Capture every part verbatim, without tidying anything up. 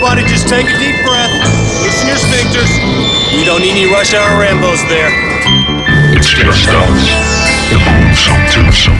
Everybody just take a deep breath. Loosen your sphincters. We don't need any rush hour Rambos there. It's just us. The Boomsome Twosome.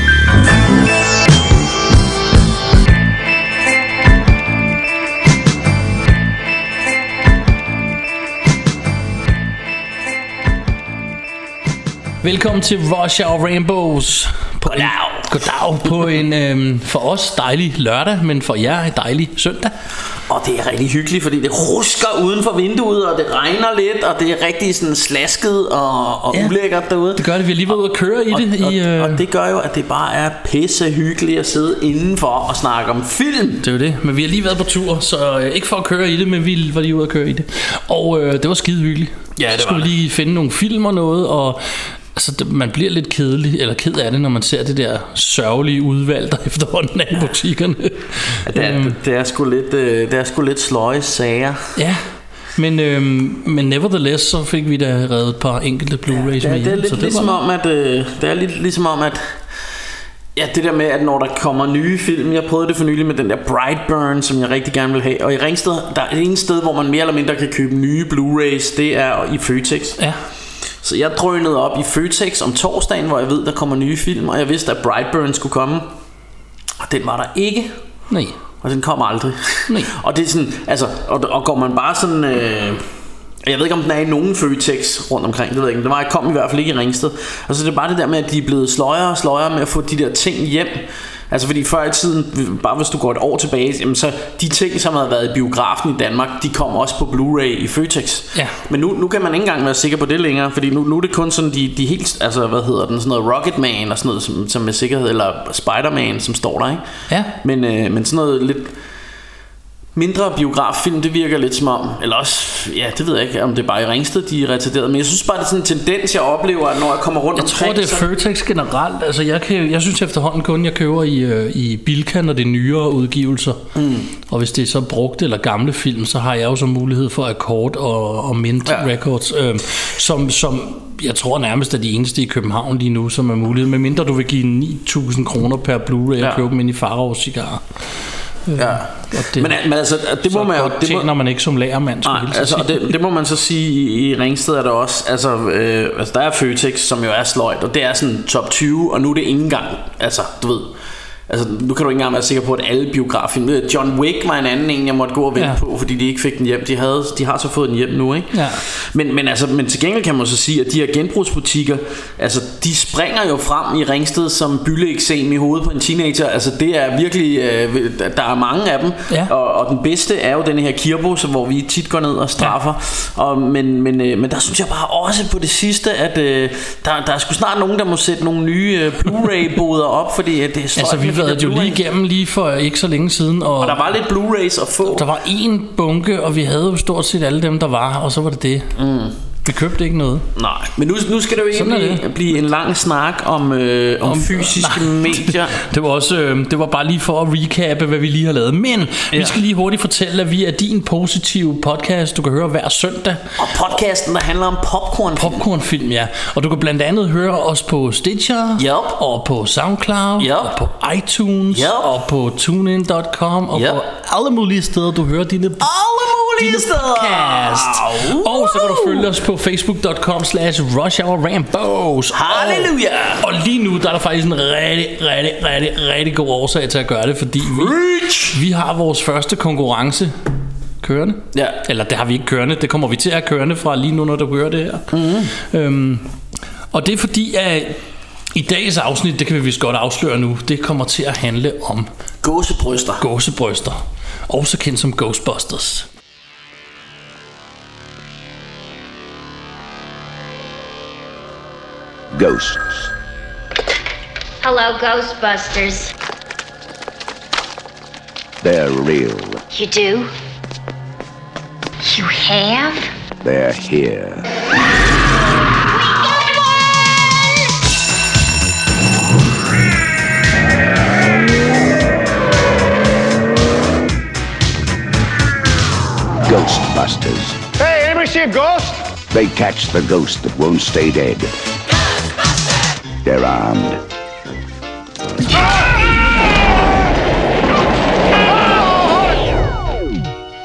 Velkommen til Rush Hour Rambos. Goddag. Goddag på en øhm, for os dejlig lørdag, men for jer en dejlig søndag. Og det er rigtig hyggeligt, fordi det rusker uden for vinduet, og det regner lidt, og det er rigtig sådan slasket og, og ja, ulækkert derude. Det gør det, vi har lige været ude og køre i og, det. Og, i, øh... og det gør jo, at det bare er pisse hyggeligt at sidde indenfor og snakke om film. Det er jo det, men vi har lige været på tur, så øh, ikke for at køre i det, men vi var lige ude og køre i det. Og øh, det var skide hyggeligt. Ja, det så skulle var vi lige finde nogle film og noget, og altså, man bliver lidt kedelig, eller ked af det, når man ser det der sørgelige udvalg, der efterhånden er i butikkerne. Ja, det, er, det, er sgu lidt, det er sgu lidt sløje sager. Ja, men, øhm, men nevertheless, så fik vi da reddet et par enkelte Blu-rays ja, med. Det er lidt så det ligesom var... om, at øh, det er lidt ligesom om, at ja, det der med, at når der kommer nye film. Jeg prøvede det for nylig med den der Brightburn, som jeg rigtig gerne vil have. Og i Ringsted, der er et sted, hvor man mere eller mindre kan købe nye Blu-rays. Det er i Føtex. Ja. Så jeg drønede op i Føtex om torsdagen, hvor jeg ved, der kommer nye film. Og jeg vidste, at Brightburn skulle komme. Og den var der ikke. Nej. Og den kom aldrig. Nej. Og det er sådan, altså, og, og går man bare sådan øh, jeg ved ikke om den er i nogen Føtex rundt omkring, det ved jeg ikke. Den var, kom i hvert fald ikke i Ringsted. Og så det er bare det der med, at de er blevet sløjere og sløjere med at få de der ting hjem. Altså fordi før i tiden, bare hvis du går et år tilbage, jamen så de ting, som havde været i biografen i Danmark, de kom også på Blu-ray i Føtex. Ja. Men nu, nu kan man ikke engang være sikker på det længere, fordi nu, nu er det kun sådan de, de helt, altså hvad hedder den, sådan noget Rocketman og sådan noget, som, som med sikkerhed, eller Spider-Man, som står der, ikke? Ja. Men, øh, men sådan noget lidt mindre biograffilm, det virker lidt som om, eller også, ja, det ved jeg ikke, om det er bare i Ringsted, de er retarderet, men jeg synes bare, det er sådan en tendens, jeg oplever, at når jeg kommer rundt jeg omkring. Jeg tror, det er Føtex generelt. Altså, jeg, kan, jeg synes efterhånden kun, jeg køber i, øh, i Bilka, når det er nyere udgivelser. Mm. Og hvis det er så brugte eller gamle film, så har jeg jo så mulighed for Akkord og, og Mint ja. Records, øh, som, som jeg tror nærmest er de eneste i København lige nu, som er mulighed. Med mindre du vil give ni tusind kroner per Blu-ray ja. og købe dem ind i Faro Cigar. Ja. Det, men, men altså det må man jo, det tjener må, man ikke som lagermand. Nej, altså det, det må man så sige i, i Ringsted er der også, altså, øh, altså der er Føtex, som jo er sløjt, og det er sådan top tyve, og nu er det ikke engang, altså du ved. Altså nu kan du ikke engang være sikker på, at alle biograffilm, John Wick var en anden en, jeg måtte gå og vente ja. på, fordi de ikke fik den hjem. De, havde, de har så fået den hjem nu, ikke? Ja. Men, men, altså, men til gengæld kan man så sige, at de her genbrugsbutikker, altså de springer jo frem i Ringsted som bylleeksem i hovedet på en teenager. Altså det er virkelig, øh, der er mange af dem, ja. og, og den bedste er jo den her Kirbo, så, hvor vi tit går ned og straffer. Ja. Og, men, men, øh, men der synes jeg bare også på det sidste, at øh, der, der er sgu snart nogen, der må sætte nogle nye øh, Blu-ray-boder op, fordi øh, det er sløjt. Altså, vi var jo lige igennem lige for ikke så længe siden, og, og der var lidt Blu-rays at få. Der var en bunke, og vi havde jo stort set alle dem der var, og så var det det. Mm. Vi købte ikke noget. Nej, men nu, nu skal det jo egentlig det. blive en lang snak om, øh, om, om fysiske nej, medier. Det var også øh, det var bare lige for at recappe, hvad vi lige har lavet. Men ja. vi skal lige hurtigt fortælle, at vi er din positive podcast, du kan høre hver søndag. Og podcasten, der handler om popcornfilm. Popcornfilm, ja. Og du kan blandt andet høre os på Stitcher, yep. og på SoundCloud, yep. og på iTunes, yep. og på TuneIn punktum com, og yep. på alle mulige steder, du hører dine alle mulige steder podcast. Uh. Og så kan du følge os på facebook punktum com slash rush hour rambos. Halleluja. Og, og lige nu der er der faktisk en rigtig, rigtig, rigtig, rigtig god årsag til at gøre det, fordi vi, vi har vores første konkurrence kørende. Ja. Eller det har vi ikke kørende, det kommer vi til at have kørende fra lige nu, når du hører det her. Mm-hmm. øhm, Og det er fordi at i dagens afsnit, det kan vi vist godt afsløre nu, det kommer til at handle om gåsebryster. Gåsebryster, også kendt som Ghostbusters. Ghosts. Hello, Ghostbusters. They're real. You do? You have? They're here. Ghostbusters. Hey, anybody see a ghost? They catch the ghost that won't stay dead. Ghostbusters! They're armed.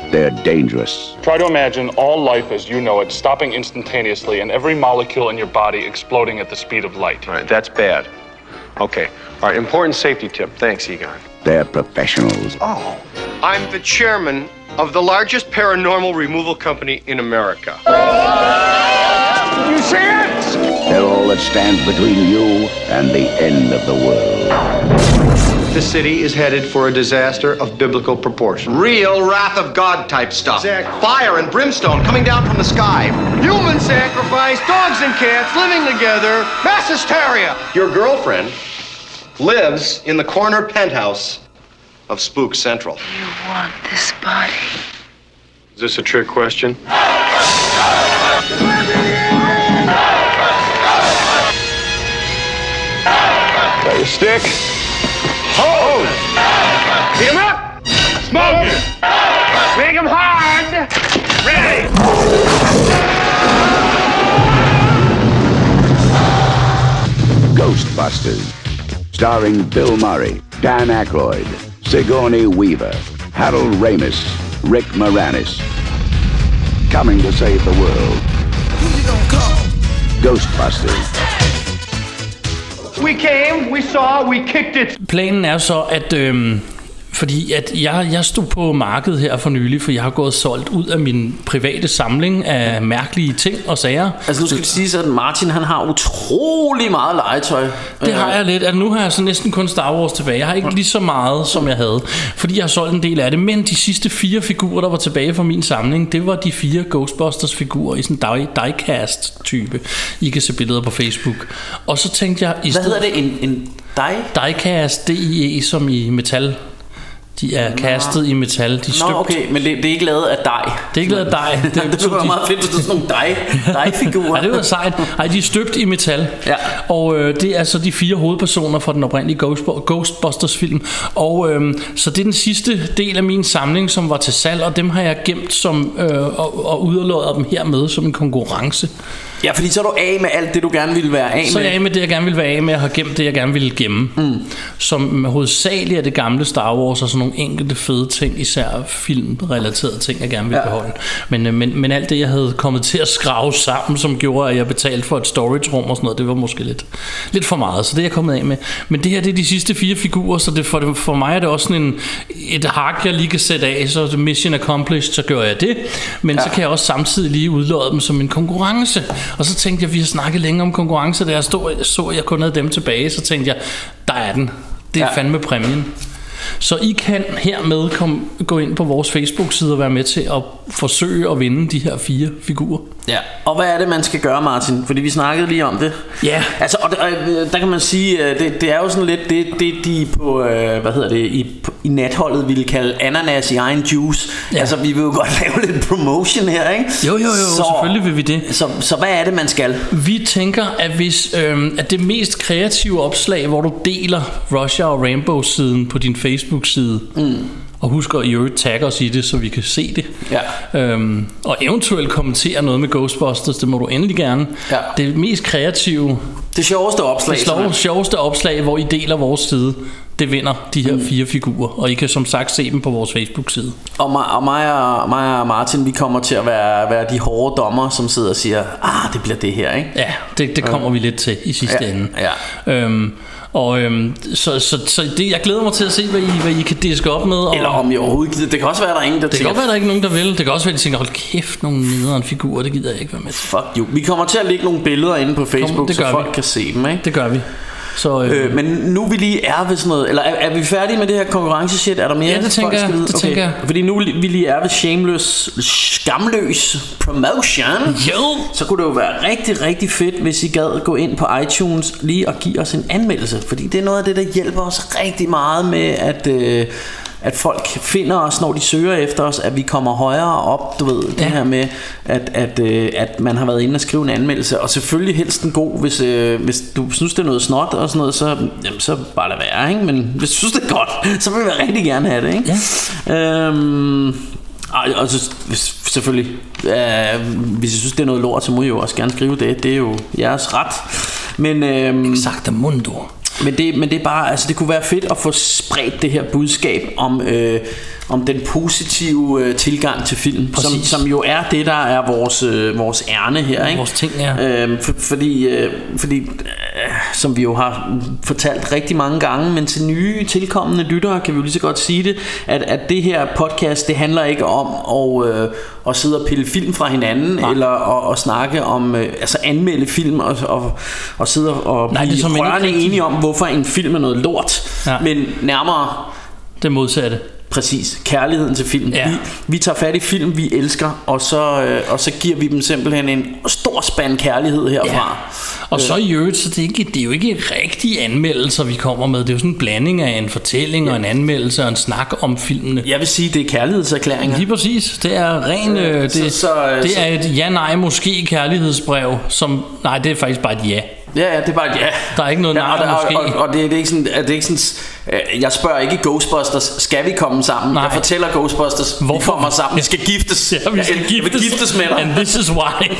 They're dangerous. Try to imagine all life as you know it stopping instantaneously and every molecule in your body exploding at the speed of light. All right, that's bad. Okay. All right, important safety tip. Thanks, Egon. They're professionals. Oh, I'm the chairman of the largest paranormal removal company in America. You see it? They're all that stands between you and the end of the world. The city is headed for a disaster of biblical proportion. Real wrath of God type stuff. Exactly. Fire and brimstone coming down from the sky. Human sacrifice, dogs and cats living together, mass hysteria. Your girlfriend lives in the corner penthouse of Spook Central. You want this body? Is this a trick question? Got your stick? Hold! Beat him up! Smoke it! Make him hard! Ready! Ghostbusters. Starring Bill Murray, Dan Aykroyd, Sigourney Weaver, Harold Ramis, Rick Moranis. Coming to save the world. Who you gonna call? Ghostbusters. We came, we saw, we kicked it. Planen er så, at øhm, fordi at jeg, jeg stod på markedet her for nylig, for jeg har gået solgt ud af min private samling af mærkelige ting og sager. Altså nu skal det sige, at Martin han har utrolig meget legetøj. Det har jeg lidt. Altså, nu har jeg så næsten kun Star Wars tilbage. Jeg har ikke lige så meget, som jeg havde, fordi jeg har solgt en del af det. Men de sidste fire figurer, der var tilbage fra min samling, det var de fire Ghostbusters figurer i sådan en diecast type. I kan se billeder på Facebook. Og så tænkte jeg... I Hvad hedder det? En, en die? Diecast, D I E som i metal. De er kastet i metal. De er støbt. Nå, okay, men det, det er ikke lavet af dej. Det er ikke lavet af dej. Det, det, det var meget fedt, hvis det er sådan nogle dej, dejfigurer. Ja, det var sejt. Ej, de er støbt i metal. Ja. Og øh, det er så de fire hovedpersoner fra den oprindelige Ghostbusters film. Og øh, så det er den sidste del af min samling, som var til salg, og dem har jeg gemt som øh, og, og udloddet dem hermed som en konkurrence. Ja, fordi så er du af med alt det, du gerne ville være af med. Så er jeg af med det, jeg gerne ville være af med, og har gemt det, jeg gerne ville gemme. Mm. Som hovedsageligt er det gamle Star Wars, og sådan nogle enkelte fede ting, især filmrelaterede ting, jeg gerne ville ja. beholde. Men, men, men alt det, jeg havde kommet til at skrave sammen, som gjorde, at jeg betalte for et storage-rum og sådan noget, det var måske lidt, lidt for meget, så det er jeg kommet af med. Men det her, det er de sidste fire figurer, så det for, for mig er det også sådan en, et hak, jeg lige kan sætte af, så mission accomplished, så gør jeg det. Men ja. så kan jeg også samtidig lige udlodde dem som en konkurrence. Og så tænkte jeg, vi har snakket længe om konkurrence, da jeg stod, så jeg kun havde dem tilbage, så tænkte jeg, der er den. Det er ja. fandme præmien. Så I kan hermed kom, gå ind på vores Facebook-side og være med til at forsøge at vinde de her fire figurer. Ja, og hvad er det, man skal gøre, Martin? Fordi vi snakkede lige om det. Ja. Altså, og der, der kan man sige, det, det er jo sådan lidt det, det de på, hvad hedder det, i, i natholdet ville kalde ananas i egen juice. Ja. Altså, vi vil jo godt lave lidt promotion her, ikke? Jo, jo, jo, så, selvfølgelig vil vi det. Så, så hvad er det, man skal? Vi tænker, at hvis øh, at det mest kreative opslag, hvor du deler Russia og Rambo-siden på din Facebook-side, mm. og husk at i øvrigt tagge os i det, så vi kan se det. Ja. Øhm, og eventuelt kommentere noget med Ghostbusters, det må du endelig gerne. Ja. Det mest kreative, det sjoveste opslag, det slår, sjoveste opslag, hvor I deler vores side, det vinder de her mm. fire figurer. Og I kan som sagt se dem på vores Facebook-side. Og mig og, mig og, mig og Martin, vi kommer til at være, være de hårde dommer, som sidder og siger, ah, det bliver det her, ikke? Ja, det, det kommer mm. vi lidt til i sidste ja. ende. Ja. Øhm, Og øhm, så, så, så det, jeg glæder mig til at se, hvad I, hvad I kan diske op med. Og eller om I overhovedet gider. Det kan også være, der er ingen, der det tænker. Det kan godt være, der er ikke nogen, der vil. Det kan også være, de tænker, hold kæft, nogle nederen figurer, det gider jeg ikke være med til. Fuck you. Vi kommer til at lægge nogle billeder inde på Facebook, Kom, så folk vi. kan se dem, ikke? Det gør vi. Så, øh, øh, men nu vi lige er ved sådan noget, eller er, er vi færdige med det her konkurrenceshit? Er der mere? Ja, det tænker jeg, det okay. tænker jeg. Fordi nu vi lige er ved shameless, skamløs promotion, jo. Så kunne det jo være rigtig, rigtig fedt, hvis I gad gå ind på iTunes lige og give os en anmeldelse. Fordi det er noget af det, der hjælper os rigtig meget med at... Øh, at folk finder os, når de søger efter os, at vi kommer højere op, du ved, det ja. her med, at, at, øh, at man har været inde og skrive en anmeldelse, og selvfølgelig helst en god, hvis, øh, hvis du synes, det er noget snot og sådan noget, så, jamen, så bare lad være, ikke? Men hvis du synes, det er godt, så vil vi rigtig gerne have det, ikke? Ja. Øhm, og så, selvfølgelig, øh, hvis I synes, det er noget lort, så må I jo også gerne skrive det, det er jo jeres ret. Men, øhm, Exactamundo. Men det, men det er bare, altså det kunne være fedt at få spredt det her budskab om, øh, om den positive øh, tilgang til film, som, som jo er det, der er vores, øh, vores ærne her, ikke? Vores ting, ja. øh, for, Fordi, øh, fordi øh, som vi jo har fortalt rigtig mange gange, men til nye tilkommende lyttere kan vi jo lige så godt sige det, at, at det her podcast, det handler ikke om at, øh, at sidde og pille film fra hinanden, Nej. eller at, at snakke om, øh, altså anmelde film og, og, og sidde og Nej, blive rørende enige om, hvorfor en film er noget lort, ja. Men nærmere det modsatte. Præcis, kærligheden til film. Ja. vi, vi tager fat i film, vi elsker, og så, øh, og så giver vi dem simpelthen en stor spand kærlighed herfra. Ja. Og så i øvrigt, så det er, ikke, det er jo ikke rigtige anmeldelser, vi kommer med. Det er jo sådan en blanding af en fortælling ja. og en anmeldelse og en snak om filmene. Jeg vil sige, det er kærlighedserklæringer. Lige præcis. Det er ren, øh, det, så, så, det så, er et ja-nej måske kærlighedsbrev, som, nej, det er faktisk bare et ja. Ja, ja, det er bare ja. Der er ikke noget nej, ja, og, måske. Og, og, og det, det er ikke sådan, det er ikke sådan, jeg spørger ikke Ghostbusters, skal vi komme sammen? Nej. Jeg fortæller Ghostbusters, Hvorfor? vi kommer sammen, vi skal giftes. Ja, vi skal ja, giftes. Vi giftes med dig. And this is why.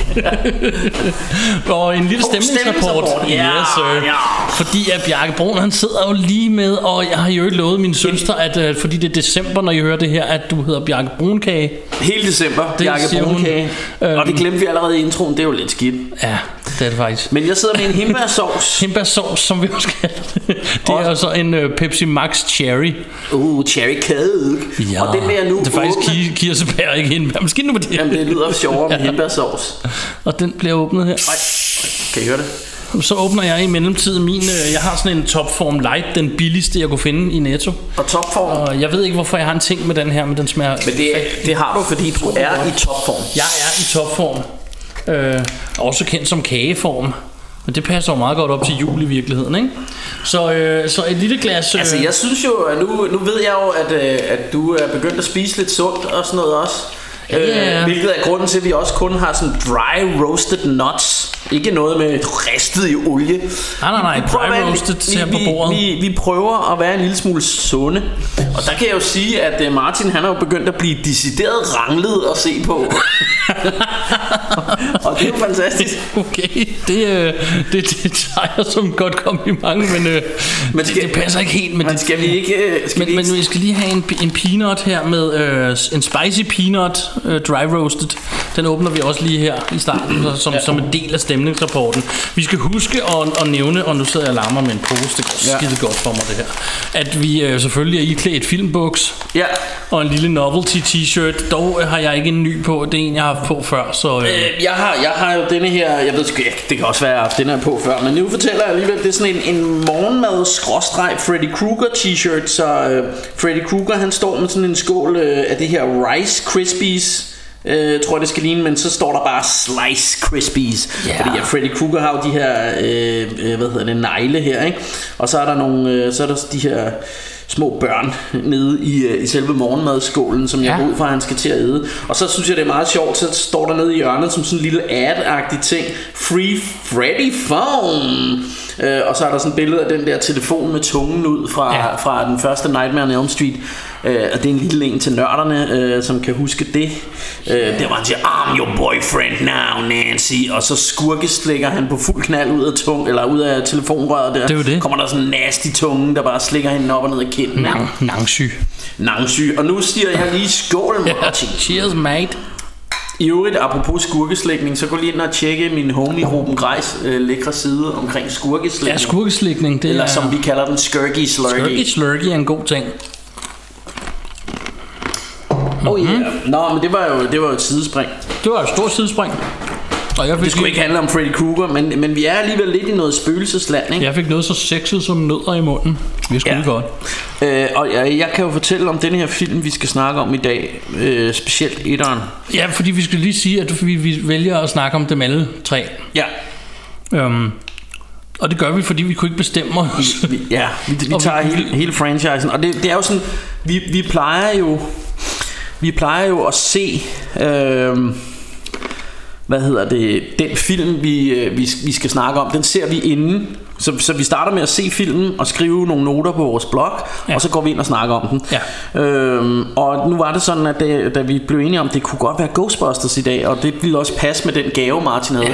Og en lille stemningsrapport. Ja, yes, sir. Ja. Fordi at Bjarke Brun, han sidder jo lige med, og jeg har jo ikke lovet min søster, at uh, fordi det er december, når I hører det her, at du hedder Bjarke Brunkage. Hele december, Bjarke Brunkage. Og det glemte vi allerede i introen, det er jo lidt skidt. Ja, det er det faktisk. Men jeg sidder med en hindbærsovs. Hindbærsovs, som vi også kalder det. Det er jo så en uh, Pepsi Max Cherry. Uh, Cherry Coke. Ja, og den vil jeg nu det er faktisk ki- kirsebær, ikke hindbær. Måske nu med det. Jamen det lyder sjovere med ja. hindbærsovs. Og den bliver åbnet her. Nej, kan I høre det? Så åbner jeg i mellemtiden min, øh, jeg har sådan en Topform Light, den billigste jeg kunne finde i Netto. Og Topform? Og jeg ved ikke hvorfor jeg har en ting med den her, men den smager. Men det, det har du, fordi du er i topform. Jeg er i topform. Øh, også kendt som kageform. Men det passer jo meget godt op til jul i virkeligheden, ikke? Så, øh, så et lille glas øh... Altså jeg synes jo, at nu, nu ved jeg jo at, øh, at du er begyndt at spise lidt sundt og sådan noget også. Yeah. øh, Hvilket er grunden til at vi også kun har sådan dry roasted nuts. Ikke noget med ristet i olie. Nej nej nej, dry roasted ser på bordet. vi, vi, vi prøver at være en lille smule sunde. Og der kan jeg jo sige at uh, Martin han er jo begyndt at blive decideret ranglet at se på. Og det er jo fantastisk. Okay, det, øh, det, det tager jeg som godt kompliment. Men, øh, men skal, det, det passer ikke helt. Men, men skal vi ikke skal men, vi ikke... men vi skal lige have en, en peanut her med øh, en spicy peanut øh, dry roasted. Den åbner vi også lige her i starten som, ja. som en del af stemningsrapporten. Vi skal huske at, at nævne, og nu sidder jeg og larmer med en pose, det går skide ja. godt for mig det her, at vi øh, selvfølgelig er iklædt filmbuks ja. og en lille novelty t-shirt. Dog har jeg ikke en ny på, det er en jeg har haft på før. Så, øh. Øh, jeg, har, jeg har jo denne her, jeg ved sgu ikke, det kan også være at jeg har haft den her på før, men nu fortæller jeg alligevel, det er sådan en, en morgenmad-skråstreg Freddy Krueger t-shirt. Så øh, Freddy Krueger han står med sådan en skål øh, af det her Rice Krispies, øh, tror jeg det skal ligne, men så står der bare Slice Krispies, yeah. Fordi ja, Freddy Krueger har jo de her øh, hvad hedder det, negle her, ikke? Og så er der nogle, øh, så er der de her små børn nede i, i selve morgenmadskålen, som jeg går ud fra, at han skal til at æde. Og så synes jeg, det er meget sjovt, så står der nede i hjørnet som sådan en lille ad-agtig ting. Free Freddy Phone. Øh, og så er der sådan et billede af den der telefon med tungen ud fra, ja. fra den første Nightmare on Elm Street. Øh, og det er en lille en til nørderne, øh, som kan huske det. Øh, der var han siger, I'm your boyfriend now, Nancy. Og så skurkeslikker han på fuld knald ud af tung, eller ud af telefonrøret der. Det er det. Kommer der sådan en nasty tunge, der bare slikker hende op og ned af kinden. Nang, nangsy. Nangsy. Og nu siger jeg lige skål, Martin. Yeah. Cheers, mate. I øvrigt, apropos skurkeslægning, så gå lige ind og tjekke min homie Ruben Greis øh, lækre side omkring skurkeslægning. Ja, skurkeslægning, det eller er... som vi kalder den, Skirky Slurky. Skirky Slurky er en god ting. Oh yeah. Mm-hmm. Nå, men det var jo, det var jo et sidespring. Det var et stort sidespring. Og jeg fik det skulle ikke handle om Freddy Krueger, men, men vi er alligevel lidt i noget spøgelsesland, ikke? Jeg fik noget så sexet som nødder i munden. Vi er sgu ja. godt. øh, Og jeg, jeg kan jo fortælle om denne her film, vi skal snakke om i dag, øh, specielt etteren. Ja, fordi vi skal lige sige, at vi, vi vælger at snakke om dem alle tre. Ja. øhm, Og det gør vi, fordi vi kunne ikke bestemme os. vi, vi, Ja, vi, vi tager vi, hele, hele franchisen. Og det, det er jo sådan, vi, vi plejer jo Vi plejer jo at se øh, hvad hedder det, den film vi, vi, vi skal snakke om, den ser vi inden. Så, så vi starter med at se filmen og skrive nogle noter på vores blog, ja. Og så går vi ind og snakker om den. Ja. øhm, Og nu var det sådan, at det, da vi blev enige om, det kunne godt være Ghostbusters i dag, og det ville også passe med den gave Martin havde, ja.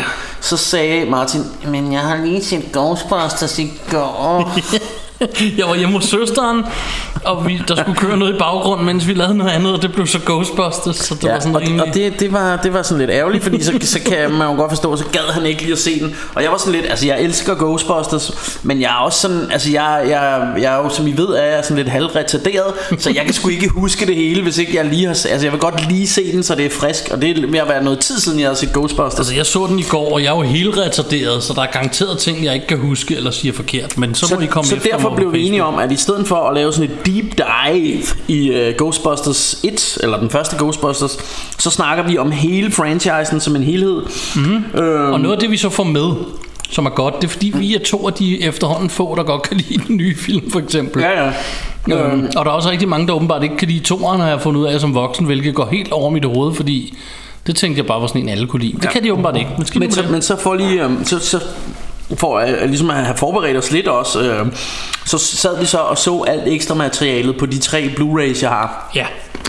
så sagde Martin, men jeg har lige set Ghostbusters i går. Jeg var hjemme hos søsteren, og vi, der skulle køre noget i baggrunden, mens vi lavede noget andet, og det blev så Ghostbusters, så det ja, var sådan og, rimelig... og det, det, var, det var sådan lidt ærgerligt, fordi så, så kan man jo godt forstå, så gad han ikke lige at se den. Og jeg var sådan lidt, altså jeg elsker Ghostbusters, men jeg er også sådan, altså jeg, jeg, jeg er jo, som I ved, er jeg sådan lidt halvretarderet, så jeg kan sgu ikke huske det hele, hvis ikke jeg lige har... Altså jeg vil godt lige se den, så det er frisk, og det er ved at være noget tid siden, jeg har set Ghostbusters. Altså jeg så den i går, og jeg er jo helt retarderet, så der er garanteret ting, jeg ikke kan huske eller siger forkert, men så, så må I komme så efter. Derfor blev vi enige om, at i stedet for at lave sådan et deep dive i uh, Ghostbusters et, eller den første Ghostbusters, så snakker vi om hele franchisen som en helhed. Mm-hmm. øhm. Og noget af det vi så får med, som er godt, det er fordi vi er to af de efterhånden få, der godt kan lide den nye film, for eksempel. Ja, ja. øhm. Og der er også rigtig mange, der åbenbart ikke kan lide toeren, har jeg fundet ud af som voksen, hvilket går helt over mit hoved, fordi det tænkte jeg bare var sådan en alle kunne lide. Det ja. kan de åbenbart ikke. Men, men, så, men så får lige um, så, så for at, ligesom at have forberedt os lidt også, øh, så sad vi så og så alt ekstra materialet på de tre Blu-rays jeg har. Ja.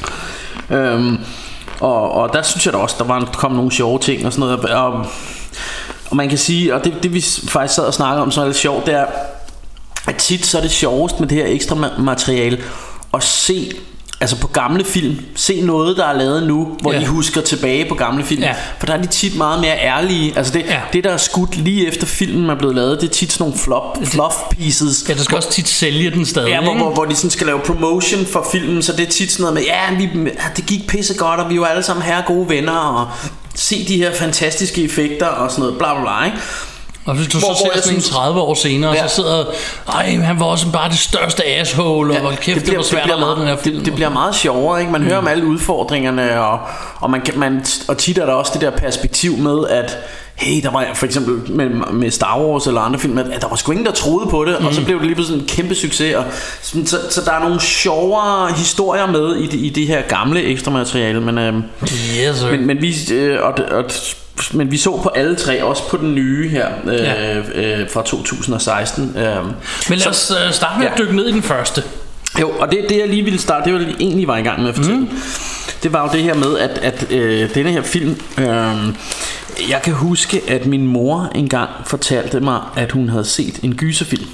øhm, og, og der synes jeg da også der var kom nogle sjove ting og sådan noget, og, og man kan sige, og det, det vi faktisk sad og snakkede om, som er lidt sjovt, det er at tit så er det sjovest med det her ekstra materiale at se, altså på gamle film, se noget der er lavet nu, hvor ja. de husker tilbage på gamle film, ja. For der er de tit meget mere ærlige. Altså det, ja. det der er skudt lige efter filmen er blevet lavet, det er tit sådan nogle flop, fluff pieces. Ja, der skal også tit sælge den stadig. Ja, hvor, hvor, hvor de sådan skal lave promotion for filmen, så det er tit sådan noget med, ja, vi, det gik pisse godt, og vi var alle sammen her gode venner, og se de her fantastiske effekter og sådan noget, bla bla bla, ikke? Og hvis du hvor, så ser sådan en tredive år senere, ja. så sidder, ej, han var også bare det største asshole, ja, og hvor kæft, det, bliver, det var svært det at lave den her film. Det, det bliver meget sjovere, ikke? Man mm. hører om alle udfordringerne, og, og, man, man, og tit er der også det der perspektiv med, at hey, der var for eksempel med, med Star Wars eller andre film, at der var sgu ingen, der troede på det, mm. og så blev det lige pludselig en kæmpe succes, og så, så der er nogle sjovere historier med i det, i det her gamle ekstra materiale, men, øhm, yes, men, men vi øh, og, og men vi så på alle tre, også på den nye her øh, ja. øh, fra to tusind og seksten. Øh. Men lad os øh, starte med ja. at dykke ned i den første. Jo, og det, det jeg lige ville starte, det var jeg egentlig var i gang med at fortælle, mm. det var jo det her med, at, at øh, denne her film, øh, jeg kan huske, at min mor engang fortalte mig, at hun havde set en gyserfilm.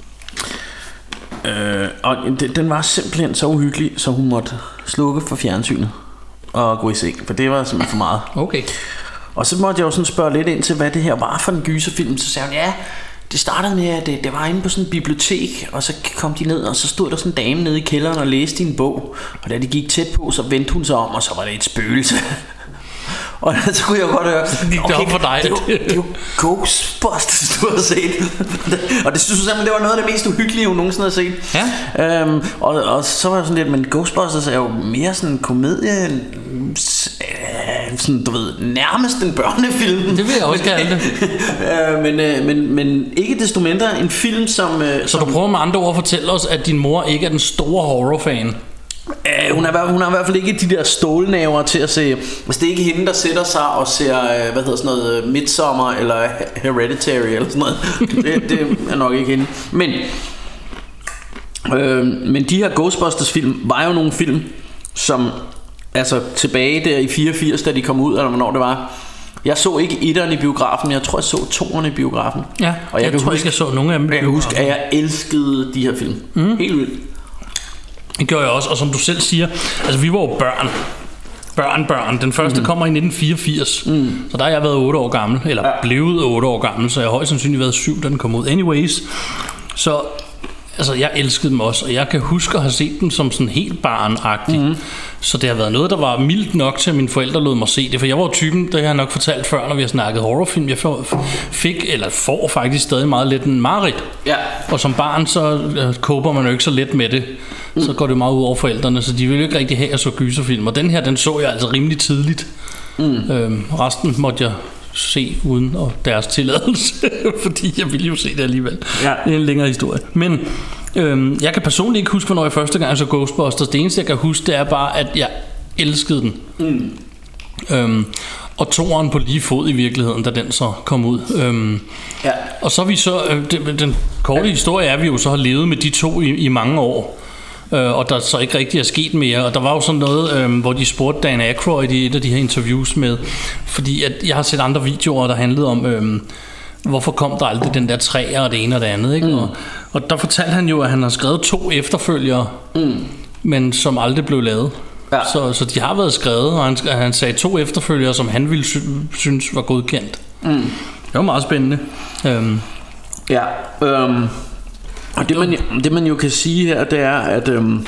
Øh, og den var simpelthen så uhyggelig, så hun måtte slukke for fjernsynet og gå i seng, for det var simpelthen for meget. Okay. Og så måtte jeg jo sådan spørge lidt ind til, hvad det her var for en gyserfilm. Så sagde hun, ja, det startede med, at det, det var inde på sådan en bibliotek, og så kom de ned, og så stod der sådan en dame nede i kælderen og læste i en bog. Og da de gik tæt på, så vendte hun sig om, og så var det et spøgelse. Og så kunne jeg jo godt høre, okay, for dig. Det, er jo, det er jo Ghostbusters, du har set. Og det synes jeg simpelthen, det var noget af det mest uhyggelige, hun nogensinde har set. Ja. øhm, og, og så var jeg sådan lidt, men Ghostbusters er jo mere sådan en komedie, sådan, du ved, nærmest en børnefilm. Det vil jeg også kalde det. øh, men, øh, men, men ikke desto mindre en film, som... Øh, så som, du prøver med andre ord at fortælle os, at din mor ikke er den store horrorfan? Uh, hun, er, hun har i hvert fald ikke de der stålnæver til at se. Hvis det er ikke hende, der sætter sig og ser uh, hvad hedder sådan noget, Midsommar eller Hereditary eller sådan noget, det, det er nok ikke hende. Men uh, Men de her Ghostbusters film var jo nogle film, som altså tilbage der i fireogfirs, da de kom ud, eller hvornår det var. Jeg så ikke etteren i biografen, men jeg tror jeg så toeren i biografen. Ja, og jeg, jeg kan tror huske, jeg så nogle af dem. Jeg kan huske, at jeg elskede de her film. Mm. Helt vildt. Det gør jeg også, og som du selv siger, altså vi var jo børn. Børn, børn. Den første mm. kommer i nitten fireogfirs, mm. så der har jeg været otte år gammel, eller ja. blevet otte år gammel, så jeg har højst sandsynligt været syv, da den kom ud. Anyways, så altså jeg elskede dem også, og jeg kan huske at have set dem som sådan helt barnagtigt. Mm. Så det har været noget, der var mildt nok til, at mine forældre lod mig se det. For jeg var jo typen, det har jeg nok fortalt før, når vi har snakket horrorfilm. Jeg fik, eller får faktisk stadig meget let en mareridt. Ja. Og som barn, så øh, kåber man jo ikke så let med det. Mm. Så går det meget ud over forældrene, så de ville jo ikke rigtig have, at jeg så gyserfilm. Og den her, den så jeg altså rimelig tidligt. Mm. Øhm, resten måtte jeg se uden og deres tilladelse, fordi jeg ville jo se det alligevel. Ja. Det er en længere historie. Men øhm, jeg kan personligt ikke huske, hvornår jeg første gang så Ghostbusters. Det eneste jeg kan huske, det er bare, at jeg elskede den. Mm. øhm, Og toeren på lige fod i virkeligheden, da den så kom ud. øhm, ja. Og så vi så øh, det, den korte ja. historie er, at vi jo så har levet med de to i, i mange år. øh, og der så ikke rigtig er sket mere. Og der var jo sådan noget, øh, hvor de spurgte Dan Aykroyd i et af de her interviews med, fordi at jeg har set andre videoer, der handlede om, øh, hvorfor kom der aldrig den der træer og det ene og det andet, ikke? Mm. Og, og der fortalte han jo, at han har skrevet to efterfølgere, mm. men som aldrig blev lavet. Ja. Så, så de har været skrevet, og han, han sagde to efterfølgere, som han ville sy- synes var godkendt. Mm. Det var meget spændende. Um. Ja, øhm, og det man, det man jo kan sige her, det er, at øhm,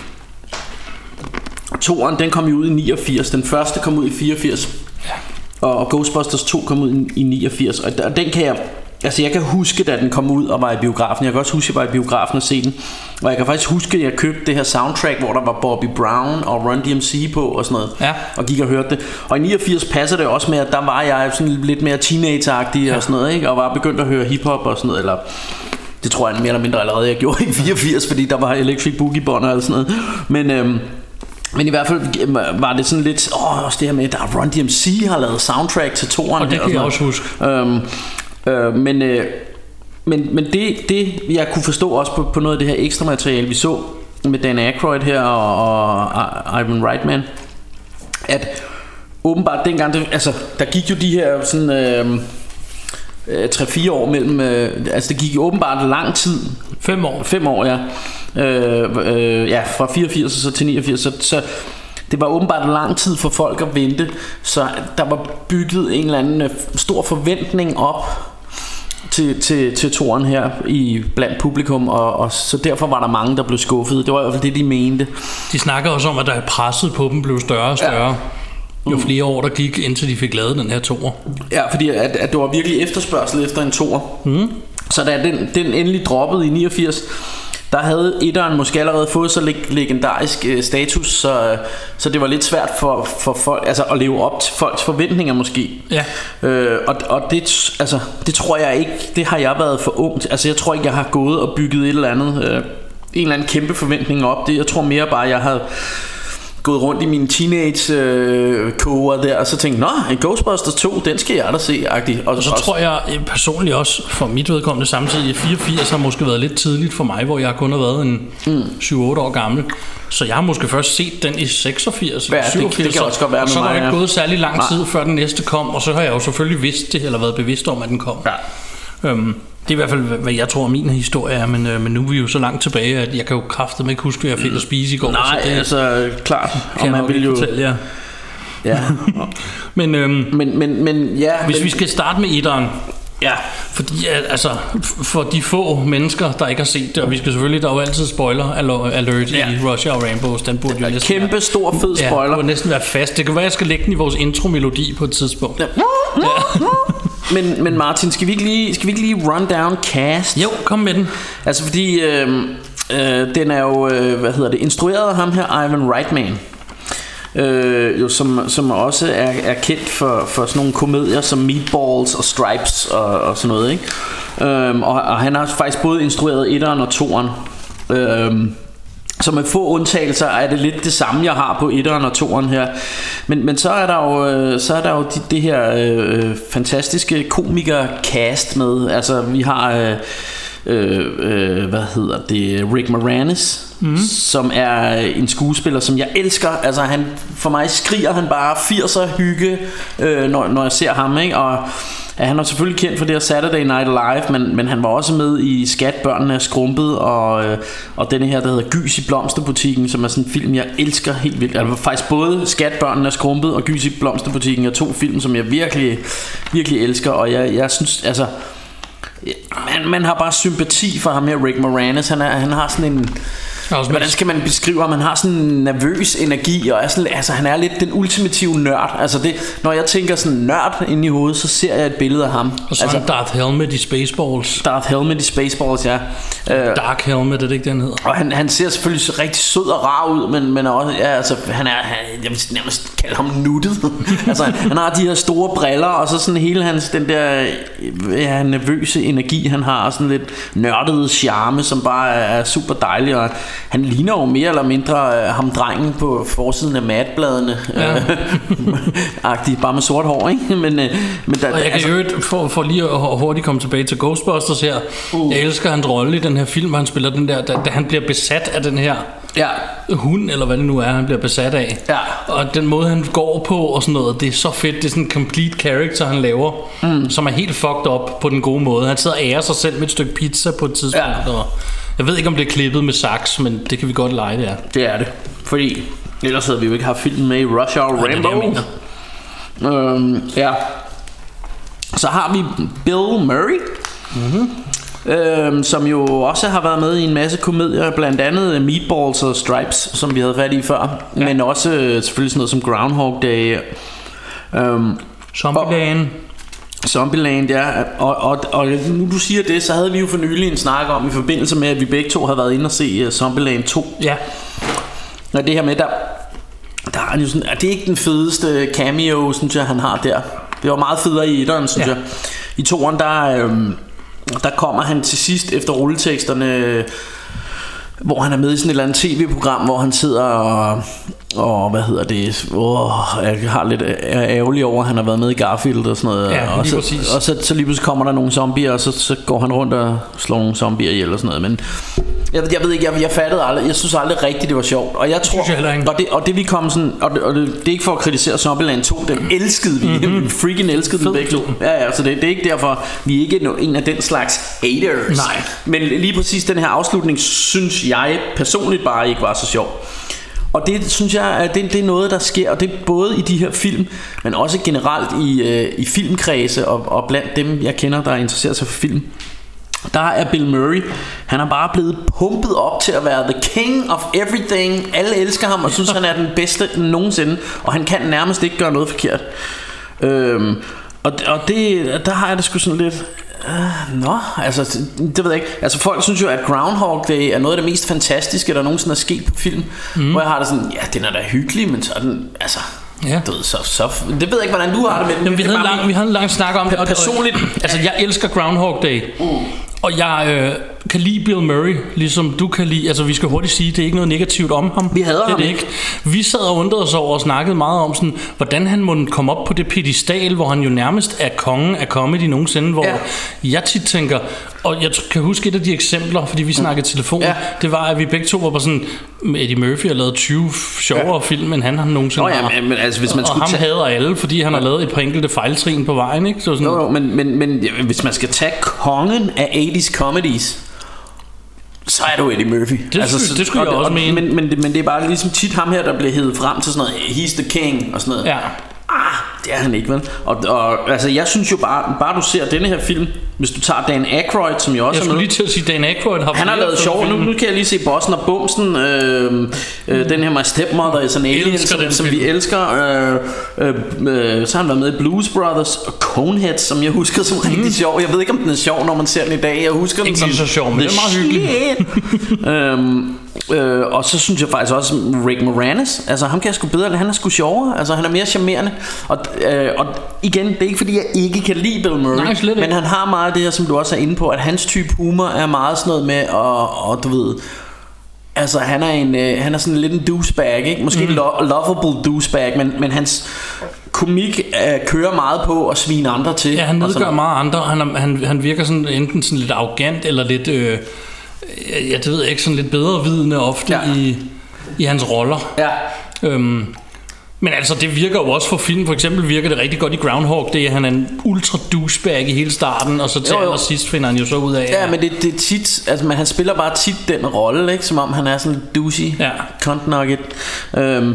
toeren, den kom jo ud i niogfirs. Den første kom ud i fireogfirs. Ja. Og, og Ghostbusters to kom ud i, i niogfirs. Og, og den kan jeg... Altså jeg kan huske, da den kom ud og var i biografen. Jeg kan også huske, at jeg var i biografen og se den. Og jeg kan faktisk huske, at jeg købte det her soundtrack, hvor der var Bobby Brown og Run D M C på og sådan noget. Ja. Og gik og hørte det. Og i niogfirs passer det også med, at der var jeg sådan lidt mere teenage-agtig, ja, og sådan noget, ikke? Og var begyndt at høre hiphop og sådan noget. Eller det tror jeg mere eller mindre allerede, jeg gjorde i fireogfirs, fordi der var Electric Boogie-bånd og sådan noget. Men... Øhm, Men i hvert fald var det sådan lidt, åh, også det her med, at Run D M C har lavet soundtrack til toeren. Og det kan jeg også huske. Øhm, øh, men øh, men, men det, det, jeg kunne forstå også på, på noget af det her ekstra materiale, vi så med Dan Aykroyd her og, og Ivan Reitman, at åbenbart dengang, det, altså, der gik jo de her sådan... Øh, tre fire år mellem, øh, altså det gik åbenbart lang tid. Fem år. Fem år, ja. Øh, øh, ja, fra fireogfirs så til niogfirs. Så, så det var åbenbart lang tid for folk at vente. Så der var bygget en eller anden stor forventning op til, til, til toren her i blandt publikum, og, og så derfor var der mange, der blev skuffet. Det var i hvert fald det, de mente. De snakker også om, at der presset på dem blev større og større. Ja. Jo flere år der gik, indtil de fik lavet den her toer. Ja, fordi at, at det var virkelig efterspørgsel efter en toer. Mm. Så da den, den endelig droppede i niogfirs, der havde etteren måske allerede fået så leg- legendarisk øh, status, så, så det var lidt svært for, for folk, altså at leve op til folks forventninger måske. Ja. Øh, og og det, altså, det tror jeg ikke, det har jeg været for ung. Altså jeg tror ikke, jeg har gået og bygget et eller andet, øh, en eller anden kæmpe forventning op. Det, jeg tror mere bare, jeg har gået rundt i mine teenage-koger øh, der, og så tænkte, nå, en Ghostbusters to, den skal jeg da se, agtig. Og, og så også, tror jeg personligt også, for mit vedkommende samtidig, i fireogfirs har måske været lidt tidligt for mig, hvor jeg kun har været en mm. syv otte år gammel. Så jeg har måske først set den i seksogfirs eller ja, syvogfirs, det, det kan også godt være, og så er der ikke ja. gået særlig lang tid, Nej. før den næste kom, og så har jeg jo selvfølgelig vidst det, eller været bevidst om, at den kom. Ja. Øhm, det er i hvert fald, hvad jeg tror, min historie er, men, øh, men nu er vi jo så langt tilbage, at jeg kan jo kraftedeme ikke huske, hvad jeg fik at spise i går. Nej, så det, altså klart. Og man vil jo fortælle jer. Ja. men, øhm, men, men, men, ja, hvis men, vi skal starte med etteren. Ja. Fordi altså, for de få mennesker, der ikke har set det, og vi skal selvfølgelig, der er jo altid spoiler alert ja. i Rush Hour Rainbows, den burde jo næsten kæmpe være, stor fed spoiler. Ja, det burde næsten være fast. Det kan være, jeg skal lægge den i vores intro-melodi på et tidspunkt. Ja. Ja. men, men Martin, skal vi ikke lige, skal vi ikke lige run down cast? Jo, kom med den. Altså fordi øh, øh, den er jo, øh, hvad hedder det, instrueret af ham her, Ivan Reitman. Øh, jo, som, som også er, er kendt for, for sådan nogle komedier som Meatballs og Stripes og, og sådan noget, ikke? Øhm, og, og han har faktisk både instrueret etteren og toeren. Øhm, så med få undtagelser er det lidt det samme, jeg har på etteren og toeren her. Men, men så er der jo, så er der jo det de her øh, fantastiske komiker-cast med. Altså vi har... Øh, Øh, øh, hvad hedder det, Rick Moranis, mm. som er en skuespiller, som jeg elsker. Altså han, for mig skriger han bare firser hygge, øh, når, når jeg ser ham, ikke? Og ja, han er selvfølgelig kendt for det her Saturday Night Live, men, men han var også med i Skat, børnene er skrumpet, og, øh, og denne her, der hedder Gys i blomsterbutikken, som er sådan en film, jeg elsker helt vildt. Altså faktisk både Skat, børnene er skrumpet og Gys i blomsterbutikken er to film, som jeg virkelig, virkelig elsker. Og jeg, jeg synes, altså Man, man har bare sympati for ham her, Rick Moranis. Han, er, han har sådan en... Hvordan skal man beskrive ham? Han har sådan en nervøs energi, og er sådan, altså, han er lidt den ultimative nørd. Altså det, når jeg tænker sådan nørd ind i hovedet, så ser jeg et billede af ham. Og så altså, Darth Helmet i Spaceballs. Darth Helmet i Spaceballs, ja. Dark Helmet, er det ikke den hedder? Og han, han ser selvfølgelig rigtig sød og rar ud, men, men også, ja, altså, han er, han, jeg vil nærmest kalde ham nuttet. Altså han har de her store briller, og så sådan hele hans, den der ja, nervøse energi, han har, og sådan lidt nørdede charme, som bare er super dejlig, og han ligner jo mere eller mindre uh, ham drengen på forsiden af Mad-bladene, ja. Agtigt, bare med sort hår, ikke? Men, uh, men der, og jeg kan altså, jo for, for lige at hurtigt komme tilbage til Ghostbusters her, uh. jeg elsker hans rolle i den her film, han spiller den der, da, da han bliver besat af den her ja. hund, eller hvad det nu er, han bliver besat af. Ja. Og den måde, han går på og sådan noget, det er så fedt. Det er sådan en complete character, han laver, mm. som er helt fucked up på den gode måde. Han sidder og ærer sig selv med et stykke pizza på et tidspunkt. Ja. Og jeg ved ikke, om det er klippet med saks, men det kan vi godt lege, det er. Det er det. Fordi ellers havde vi jo ikke haft filmen med i Rush Hour Rambo. Ja, det er det, øhm, ja. Så har vi Bill Murray. Mm-hmm. Øhm, som jo også har været med i en masse komedier, blandt andet Meatballs og Stripes, som vi havde fat i før, ja. Men også selvfølgelig sådan noget som Groundhog Day, øhm, Zombieland. Zombieland, ja. Og, og, og nu du siger det, så havde vi jo for nylig en snak om, i forbindelse med at vi begge to havde været inde og se uh, Zombieland to. Ja. Og det her med, der, der er jo sådan, det er ikke den fedeste cameo, synes jeg, han har der. Det var meget federe i etteren, synes ja. jeg. I toeren, der øhm, der kommer han til sidst efter rulleteksterne, hvor han er med i sådan et eller andet tv-program, hvor han sidder og, og hvad hedder det, åh, jeg har lidt ærgerlig over, at han har været med i Garfield og sådan noget. Ja, og så, og så, så lige pludselig kommer der nogle zombier, og så, så går han rundt og slår nogle zombier ihjel og sådan noget. Men jeg, jeg ved ikke, jeg, jeg fattede aldrig, jeg synes aldrig rigtigt, det var sjovt. Og jeg tror, jeg og, det, og det vi kom sådan, og det, og det, det er ikke for at kritisere Zombieland to, den elskede vi, mm-hmm. vi freaking elskede den begge to. Ja, ja, så det, det er ikke derfor, vi er ikke en af den slags haters. Nej. Men lige præcis den her afslutning, synes jeg personligt bare ikke var så sjov. Og det synes jeg, at det, det er noget, der sker, og det er både i de her film, men også generelt i, øh, i filmkredse, og, og blandt dem, jeg kender, der interesserer sig for film. Der er Bill Murray. Han er bare blevet pumpet op til at være the king of everything. Alle elsker ham og synes, han er den bedste nogensinde, og han kan nærmest ikke gøre noget forkert. Øhm, og, og det, der har jeg det sgu sådan lidt... Uh, Nå, altså det ved jeg ikke. Altså folk synes jo, at Groundhog Day er noget af det mest fantastiske, der nogensinde er sket på film. mm. Hvor jeg har det sådan, ja, den er da hyggelig, men sådan, altså ja. du ved, så, så, det ved jeg ikke, hvordan du har det med den. Jamen, vi, havde lang, vi havde en lang snak om det. Personligt, altså jeg elsker Groundhog Day. mm. Og jeg øh, kan lide Bill Murray, ligesom du kan lide. Altså vi skal hurtigt sige, det er ikke noget negativt om ham. Vi hader det er ham det ikke. Vi sad og undrede os over og snakkede meget om sådan, hvordan han må komme op på det pedestal, hvor han jo nærmest er kongen af comedy nogensinde. Hvor ja. jeg tit tænker, og jeg kan huske et af de eksempler, fordi vi snakkede telefon, ja. det var, at vi begge to var bare sådan, Eddie Murphy har lavet tyve sjovere ja. film, end han har nogensinde. Nå, ja, men, altså, hvis man og, og ham tage... hader alle, fordi han har lavet et par enkelte fejltrin på vejen, ikke? Så sådan... Jo, jo, men, men, men hvis man skal tage kongen af eighties comedies, så er det jo Eddie Murphy. Det, altså, skulle, det skulle jeg også mene. Men, men, men det er bare ligesom tit ham her, der bliver hevet frem til sådan noget, he's the king og sådan noget. Ja. Ah, det er han ikke, vel? Og, og altså, jeg synes jo bare, bare du ser denne her film, hvis du tager Dan Aykroyd, som jeg også jeg er med. Jeg skulle lige til at sige, Dan Aykroyd har han har lavet sjov. Nu, nu kan jeg lige se Bossen og Bumsen, øh, øh, den her My Stepmother is an Alien, som, som vi elsker. Øh, øh, øh, så har han været med i Blues Brothers og Coneheads, som jeg husker som rigtig mm. sjov. Jeg ved ikke, om den er sjov, når man ser den i dag. Jeg husker ikke den som så sjov, men det er meget hyggeligt. øhm, øh, og så synes jeg faktisk også Rick Moranis. Altså ham kan jeg sgu bedre. Han er sgu sjovere. Altså han er mere charmerende. Og, øh, og igen, det er ikke fordi jeg ikke kan lide Bill Murray. Nej, men han har meget af det her, som du også er inde på, at hans type humor er meget sådan noget med at, og du ved, altså han er en øh, han er sådan lidt en douchebag, ikke? Måske mm. en lo- lovable douchebag, men men hans komik øh, kører meget på at svine andre til. Ja, han nedgør meget andre. Han, er, han han virker sådan enten sådan lidt arrogant eller lidt øh, jeg det ved jeg ikke, sådan lidt bedrevidende ofte ja. i i hans roller. Ja. Øhm, Men altså det virker jo også for film. For eksempel virker det rigtig godt i Groundhog Day. Han er en ultra douchebag i hele starten, og så til allersidst finder han jo så ud af. Ja, men det, det er tit, altså men han spiller bare tit den rolle, ikke, som om han er sådan lidt douchey, ja. cunt nugget. Øhm,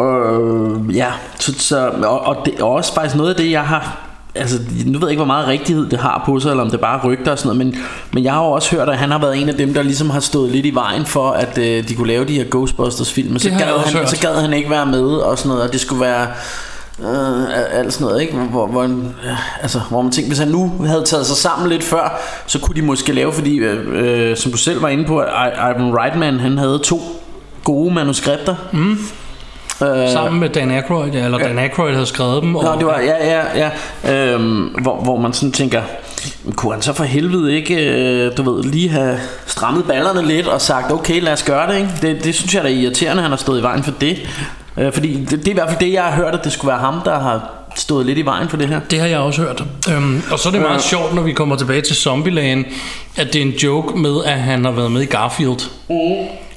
og ja, så, så og, og det er også faktisk noget af det jeg har. Altså, nu ved jeg ikke, hvor meget rigtighed det har på sig, eller om det bare rygter og sådan noget, men, men jeg har jo også hørt, at han har været en af dem, der ligesom har stået lidt i vejen for, at øh, de kunne lave de her Ghostbusters film, og så gad, han, så gad han ikke være med og sådan noget, og det skulle være øh, alt sådan noget, ikke? Hvor, hvor, øh, altså, hvor man tænkte, hvis han nu havde taget sig sammen lidt før, så kunne de måske lave, fordi øh, øh, som du selv var inde på, at Ivan Reitman, han havde to gode manuskripter. Mm. Sammen med Dan Aykroyd, eller Dan Aykroyd havde skrevet dem. Og Nå, det var, ja, ja, ja. Øhm, hvor, hvor man sådan tænker, kunne han så for helvede ikke, øh, du ved, lige have strammet ballerne lidt og sagt, okay, lad os gøre det, ikke? Det, det synes jeg da er irriterende, han har stået i vejen for det. Øh, fordi det, det er i hvert fald det, jeg har hørt, at det skulle være ham, der har stået lidt i vejen for det her. Det har jeg også hørt. øhm, Og så er det meget øh. sjovt, når vi kommer tilbage til Zombieland, at det er en joke med, at han har været med i Garfield. mm.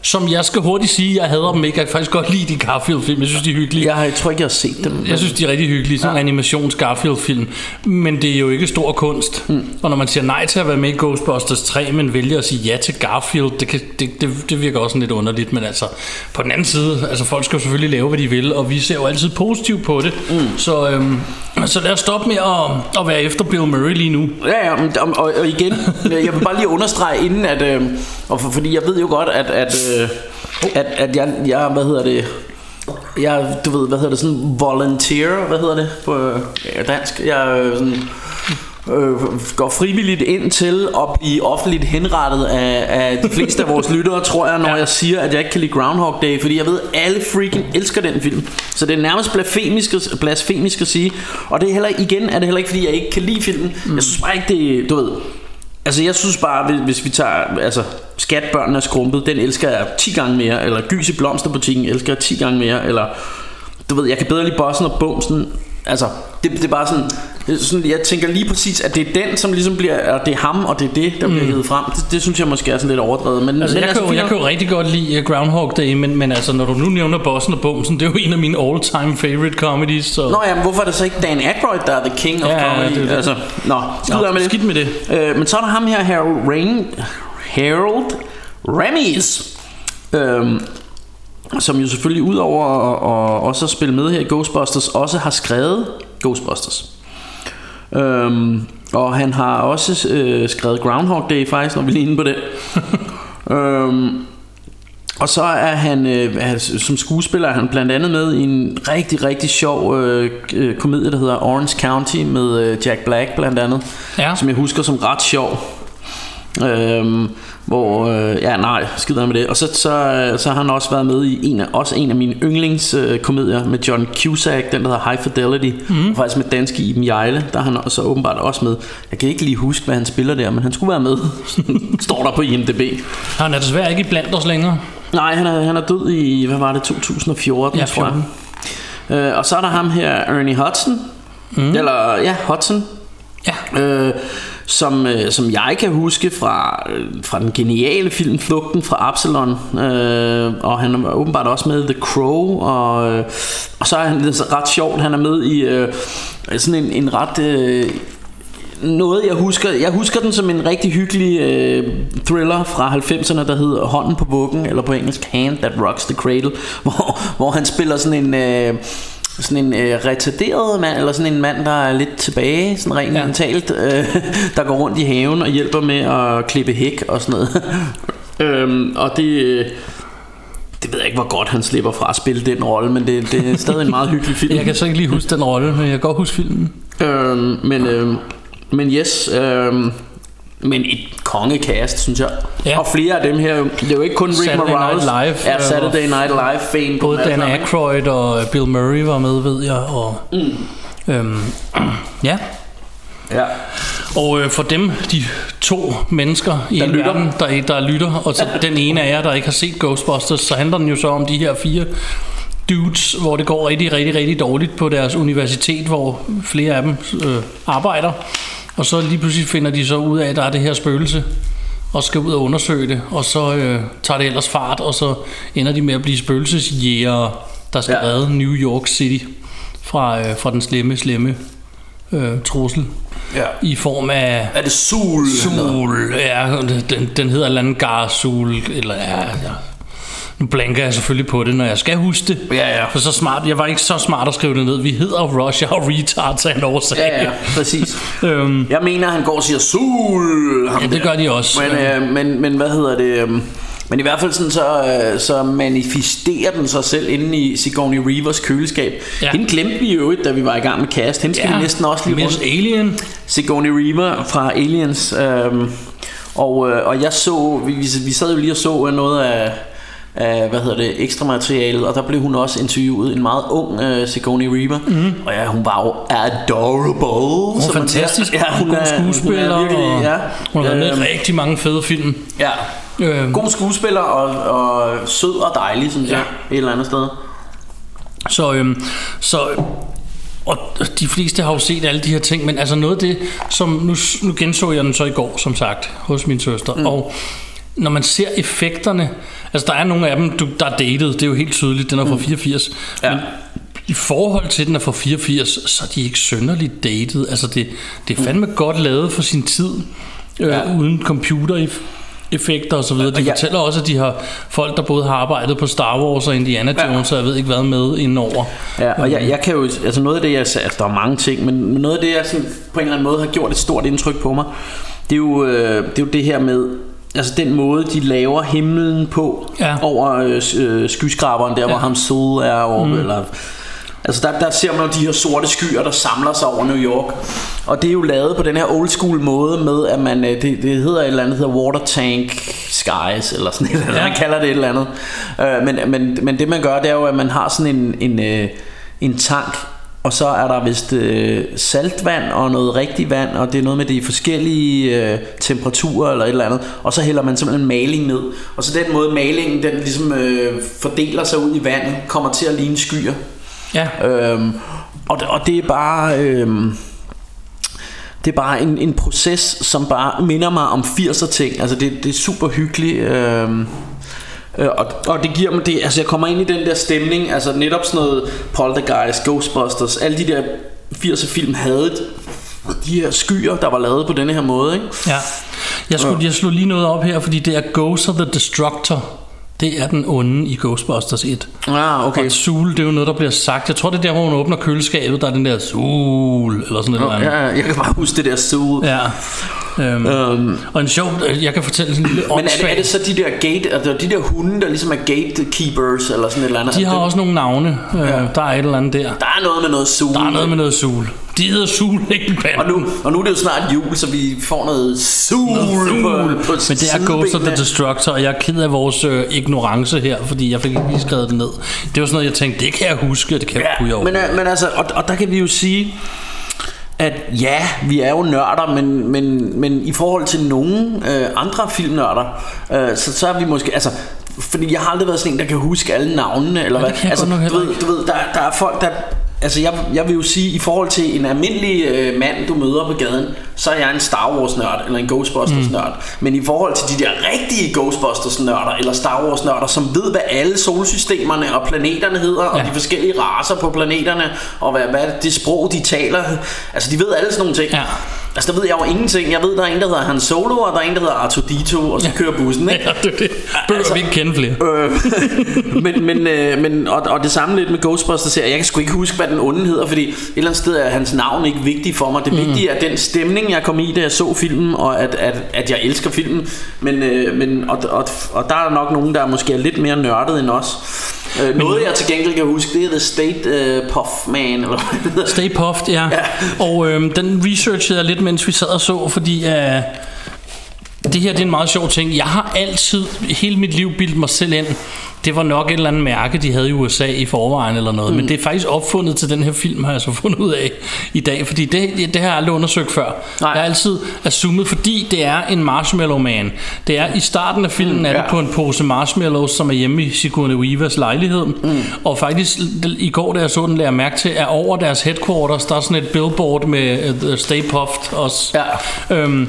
som jeg skal hurtigt sige, jeg hader dem ikke. Jeg kan faktisk godt lide de Garfield-film. Jeg synes, de er hyggelige. Jeg tror ikke, jeg har set dem. Jeg synes, de er rigtig hyggelige. Sådan en ja. animations Garfield-film. Men det er jo ikke stor kunst. Mm. Og når man siger nej til at være med i Ghostbusters tre, men vælger at sige ja til Garfield, det, kan, det, det, det virker også lidt underligt. Men altså, på den anden side, altså folk skal jo selvfølgelig lave, hvad de vil, og vi ser jo altid positivt på det. Mm. Så, øhm, så lad os stoppe med at, at være efter Bill Murray lige nu. Ja, ja, og, og, og igen, jeg vil bare lige understrege inden, at, øh, og for, fordi jeg ved jo godt, at, at, øh, at, at jeg, jeg, hvad hedder det, jeg, du ved, hvad hedder det, sådan volunteer, hvad hedder det på øh, dansk, jeg øh, sådan, øh, går frivilligt ind til at blive offentligt henrettet af, af de fleste af vores lyttere, tror jeg, når ja. jeg siger, at jeg ikke kan lide Groundhog Day, fordi jeg ved, at alle freaking elsker den film. Så det er nærmest blasfemisk, blasfemisk at sige. Og det er heller igen, er det heller ikke, fordi jeg ikke kan lide filmen. Mm. Jeg synes bare ikke, det, du ved. Altså jeg synes bare, hvis vi tager, altså Skat, børnene er skrumpet, den elsker jeg ti gange mere. Eller Gys i blomsterbutikken elsker jeg ti gange mere. Eller du ved, jeg kan bedre lide Bossen og Bumsen. Altså det, det er bare sådan, det er sådan, jeg tænker lige præcis, at det er den, som ligesom bliver, og det er ham, og det er det, der bliver givet frem. Det, det synes jeg måske er sådan lidt overdrevet. Men, altså, men jeg, altså, kan jo, jeg kan jo rigtig godt lide Groundhog Day, men, men altså når du nu nævner Bossen og Bumsen, det er jo en af mine all-time favorite comedies. Så. Nå ja, men hvorfor er det så ikke Dan Aykroyd, der er the king of ja, comedy? Det, det. Altså, nå, skidt med det. Skidt med det. Øh, men så er der ham her, Harold Rain, Harold Ramis, øhm, som jo selvfølgelig udover at også at spille med her i Ghostbusters, også har skrevet Ghostbusters. Øhm, og han har også øh, skrevet Groundhog Day faktisk, når vi er inde på det. øhm, og så er han øh, som skuespiller er han blandt andet med i en rigtig rigtig sjov øh, komedie, der hedder Orange County med øh, Jack Black blandt andet, ja. som jeg husker som ret sjov. Øhm, hvor øh, ja nej skider med det. Og så, så, så har han også været med i en af, også en af mine yndlingskomedier øh, med John Cusack, den der hedder High Fidelity, mm. og faktisk med danske Iben Hjejle, der er han så åbenbart også med. Jeg kan ikke lige huske hvad han spiller der, men han skulle være med. Står der på I M D B. Han er desværre ikke blandt os længere. Nej, han er, han er død i, hvad var det, to tusind og fjorten, ja, tror jeg. øh, Og så er der ham her, Ernie Hudson, mm. eller ja, Hudson, ja. øh, Som, øh, som jeg kan huske fra, øh, fra den geniale film Flugten fra Absalon, øh, og han er åbenbart også med i The Crow, og, øh, og så er han det er ret sjovt, han er med i øh, sådan en, en ret øh, noget jeg husker jeg husker den som en rigtig hyggelig øh, thriller fra halvfemserne, der hedder Hånden på vuggen, eller på engelsk Hand That Rocks the Cradle, hvor, hvor han spiller sådan en øh, sådan en øh, retarderet mand, eller sådan en mand, der er lidt tilbage, sådan rent ja. mentalt, øh, der går rundt i haven og hjælper med at klippe hæk og sådan noget. øhm, og det, øh, det ved jeg ikke, hvor godt han slipper fra at spille den rolle, men det, det er stadig en meget hyggelig film. Jeg kan så ikke lige huske den rolle, men jeg kan godt huske filmen. Øhm, men, øh, men yes, øh, men et kongecast, synes jeg. Ja. Og flere af dem her, det er jo ikke kun Rick Saturday Moranis. Night Live. Ja, Saturday Night Live fame. Både Dan Aykroyd og Bill Murray var med, ved jeg. Og, mm. øhm, ja. Ja. Og øh, for dem, de to mennesker i der en lytter. verden, der, der lytter, og så den ene af jer, der ikke har set Ghostbusters, så handler den jo så om de her fire dudes, hvor det går rigtig, rigtig, rigtig dårligt på deres universitet, hvor flere af dem øh, arbejder. Og så lige pludselig finder de så ud af, at der er det her spøgelse, og skal ud og undersøge det, og så øh, tager det ellers fart, og så ender de med at blive spøgelsesjægere, der skal ja. redde New York City fra, øh, fra den slemme, slemme øh, trussel. Ja. I form af... Er det Sul? Sul, ja, den, den hedder Langar Sul, eller ja, ja. Nu blanker jeg selvfølgelig på det, når jeg skal huske det. Ja, ja. For så smart, jeg var ikke så smart at skrive det ned. Vi hedder Russia og Retards af en årsag. Ja, ja, præcis. øhm. Jeg mener, han går og siger Sul. Ja, det gør de også. Men, øh, men, men hvad hedder det... Øh, men i hvert fald sådan, så, øh, så manifesterer den sig selv inde i Sigourney Weavers køleskab. Ja. Hende glemte vi jo, da vi var i gang med cast. Hende skal ja. vi næsten også lige rundt. Alien. Sigourney Weaver fra Aliens. Øh, og, øh, og jeg så... Vi, vi sad jo lige og så noget af... af, hvad hedder det, ekstra materialet, og der blev hun også interviewet, en meget ung uh, Sigourney Weaver, mm. og ja, hun var jo adorable. Hun er fantastisk, ja, hun, hun er skuespiller, hun er virkelig, ja. Hun har været med i rigtig mange fede film. Ja, øhm. god skuespiller og, og sød og dejlig, synes ja. jeg, et eller andet sted. Så, øhm, så og de fleste har jo set alle de her ting, men altså noget af det, som nu, nu genså jeg den så i går, som sagt, hos min søster, mm. og når man ser effekterne, altså der er nogle af dem, du, der er dated, det er jo helt tydeligt, den er fra fireogfirs, ja. Men i forhold til den er fra fireogfirs, så er de ikke synderligt dated. Altså det, det er fandme godt lavet for sin tid, øh, ja. Uden computereffekter og så videre. De ja. fortæller også, at de har folk, der både har arbejdet på Star Wars og Indiana Jones, ja. så jeg ved ikke hvad med indenover. Ja, og jeg, jeg kan jo, altså noget af det, jeg, altså der er mange ting, men noget af det, jeg sådan, på en eller anden måde har gjort et stort indtryk på mig, det er jo, øh, det, er jo det her med, altså den måde de laver himlen på, ja. over øh, skyskraberen der, ja. hvor Ham Solo er over, mm. eller altså der, der ser man jo de her sorte skyer, der samler sig over New York. Og det er jo lavet på den her old school måde med, at man, det, det hedder et eller andet, hedder water tank skies, eller sådan et eller andet, ja. man kalder det et eller andet. uh, men, men, men det man gør, det er jo, at man har sådan en, en, en tank, og så er der vist øh, saltvand og noget rigtigt vand, og det er noget med de forskellige øh, temperaturer eller et eller andet, og så hælder man simpelthen maling ned, og så den måde malingen, den ligesom øh, fordeler sig ud i vandet, kommer til at ligne skyer. Ja. Øhm, og, det, og det er bare øhm, det er bare en, en proces, som bare minder mig om firser ting. Altså det, det er super hyggeligt. Øhm, øh, og, og det giver mig det. Altså jeg kommer ind i den der stemning. Altså netop sådan noget Poltergeist, Ghostbusters, alle de der firser film havde de her skyer, der var lavet på denne her måde, ikke? Ja. Jeg skulle jeg slog lige noget op her, fordi det er Ghost of the Destructor. Det er den onde i Ghostbusters et. Ah, okay. Og Sul, det er jo noget, der bliver sagt. Jeg tror, det er der, hvor hun åbner køleskabet. Der er den der Sul, eller sådan noget. Oh, ja, jeg kan bare huske det der Sul. Ja. Øhm, um, og en sjov, jeg kan fortælle sådan en lille men er det, er det så de der gate, altså de der hunde, der ligesom er gatekeepers eller sådan et eller andet? De har det... også nogle navne. Ja. Øh, der er et eller andet der. Der er noget med noget Sul. Der er noget med noget Sul. De hedder Sul, ikke og nu, og nu er det jo snart jul, så vi får noget Sul, noget Sul. På, på men det er Ghost of the Destructor, og jeg er ked af vores øh, ignorance her, fordi jeg fik ikke lige skrevet det ned. Det var sådan noget, jeg tænkte, det kan jeg huske, det kan ja, jeg huske. Men, men altså, og, og der kan vi jo sige, at ja, vi er jo nørder, men, men, men i forhold til nogle øh, andre filmnørder, øh, så, så er vi måske, altså, fordi jeg har aldrig været sådan en, der kan huske alle navnene, eller ja, hvad? Altså, du ved, du ved der, der er folk, der... Altså jeg, jeg vil jo sige, i forhold til en almindelig øh, mand, du møder på gaden, så er jeg en Star Wars nørd eller en Ghostbusters nørd. Mm. Men i forhold til de der rigtige Ghostbusters nørder eller Star Wars nørder, som ved hvad alle solsystemerne og planeterne hedder, ja. og de forskellige racer på planeterne, og hvad, hvad det sprog de taler, altså de ved alle sådan nogle ting. Ja. Altså der ved jeg jo ingenting. Jeg ved der er en der hedder Han Solo, og der er en der hedder R to D two, og så kører bussen, ikke? Ja, det er det. Bør altså, vi ikke kende flere. Øh, men men, øh, men og, og det samme lidt med Ghostbusters her. Jeg kan sgu ikke huske hvad den onde hedder, fordi et eller andet sted er hans navn ikke vigtig for mig. Det mm. vigtige er den stemning jeg kom i da jeg så filmen, og at, at, at jeg elsker filmen. Men, øh, men og, og, og der er nok nogen der måske er lidt mere nørdet end os. Øh, noget jeg til gengæld kan huske, det er The State uh, Puff Man eller hvad det hedder. Stay Puffed, ja, ja. Og øhm, den researchede jeg lidt mens vi sad og så, fordi øh, det her det er en meget sjov ting. Jeg har altid hele mit liv bildt mig selv ind, det var nok et eller andet mærke de havde i U S A i forvejen eller noget, mm. men det er faktisk opfundet til den her film, har jeg så fundet ud af i dag, fordi det, det, det har jeg aldrig undersøgt før. Nej. Jeg har altid assumet, fordi det er en Marshmallow Man. Det er i starten af filmen mm, er det ja. på en pose marshmallows, som er hjemme i Sigourney Weavers lejlighed, mm. og faktisk i går da jeg så den, lagde jeg mærke til, at over deres headquarters der er sådan et billboard med uh, Stay Puffed også. Ja. Øhm,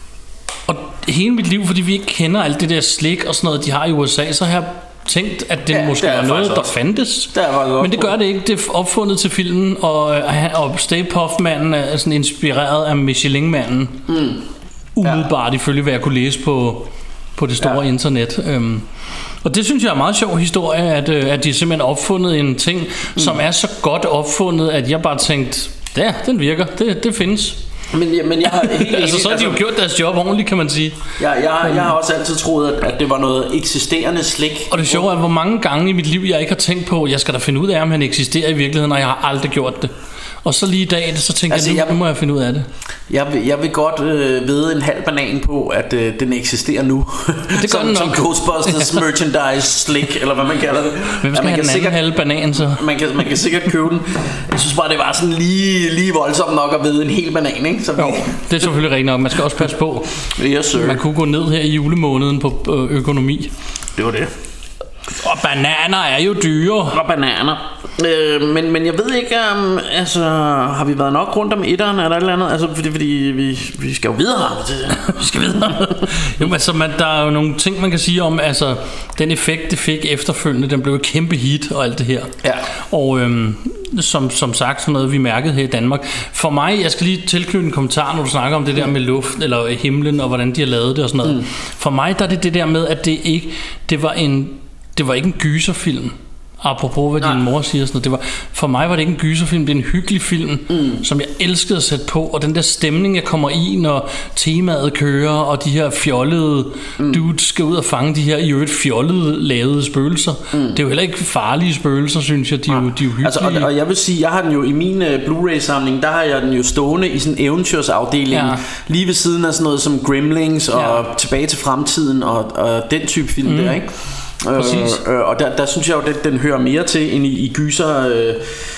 og hele mit liv, fordi vi ikke kender alt det der slik og sådan noget de har i U S A, så har jeg tænkt, at det ja, måske det var noget, der fandtes. Det men det gør det ikke. Det er opfundet til filmen, og, og Stay Puft-manden er sådan inspireret af Michelin-manden. Mm. Umiddelbart, ja. ifølge hvad jeg kunne læse på, på det store ja. internet. Um, og det synes jeg er en meget sjov historie, at, at de simpelthen opfundet en ting, mm. som er så godt opfundet, at jeg bare tænkte, ja, den virker. Det, det findes. Men, ja, men jeg har helt altså så har de jo gjort deres job ordentligt, kan man sige. Ja, jeg, jeg har også altid troet at, at det var noget eksisterende slik. Og det sjove er hvor mange gange i mit liv jeg ikke har tænkt på, jeg skal da finde ud af om han eksisterer i virkeligheden, og jeg har aldrig gjort det. Og så lige i dag så tænker altså, jeg, nu, jeg nu må jeg finde ud af det. Jeg vil, jeg vil godt øh, vide en halv banan på at øh, den eksisterer nu. Det som, som Ghostbusters merchandise slik, eller hvad man kalder det. Hvem skal ja, have den sikkert, anden halv banan så? Man kan, man kan sikkert købe den. Jeg synes bare det var sådan lige, lige voldsomt nok at vide en hel banan, ikke? Så jo, det er selvfølgelig rigtigt nok. Man skal også passe på. Yes, sir. Man kunne gå ned her i julemåneden på økonomi. Det var det. Og bananer er jo dyre. Og bananer. Øh, men, men jeg ved ikke, um, altså, har vi været nok rundt om etteren eller et eller andet? Altså, fordi, fordi vi, vi skal jo videre. Vi skal videre. Jo, men altså, man, der er jo nogle ting, man kan sige om, altså, den effekt, det fik efterfølgende, den blev et kæmpe hit og alt det her. Ja. Og øhm, som, som sagt, sådan noget, vi mærkede her i Danmark. For mig, jeg skal lige tilknytte en kommentar, når du snakker om det der med luft, eller himlen, og hvordan de har lavet det og sådan noget. Mm. For mig, der er det det der med, at det ikke, det var en, det var ikke en gyserfilm. Apropos hvad din mor siger sådan noget, det var, for mig var det ikke en gyserfilm, det er en hyggelig film, mm. som jeg elskede at sætte på, og den der stemning jeg kommer i, når temaet kører, og de her fjollede mm. dudes skal ud og fange de her i øvrigt fjollede lavede spøgelser. Mm. Det er jo heller ikke farlige spøgelser, synes jeg, de, ja. er, jo, de er jo hyggelige. Altså, og, og jeg vil sige, jeg har den jo i min uh, Blu-ray samling, der har jeg den jo stående i sådan en eventyrsafdeling, ja. lige ved siden af sådan noget som Gremlings og ja. Tilbage til fremtiden og, og den type film mm. der, ikke? Præcis. Øh, og der, der synes jeg jo at den hører mere til end i, i gyser øh,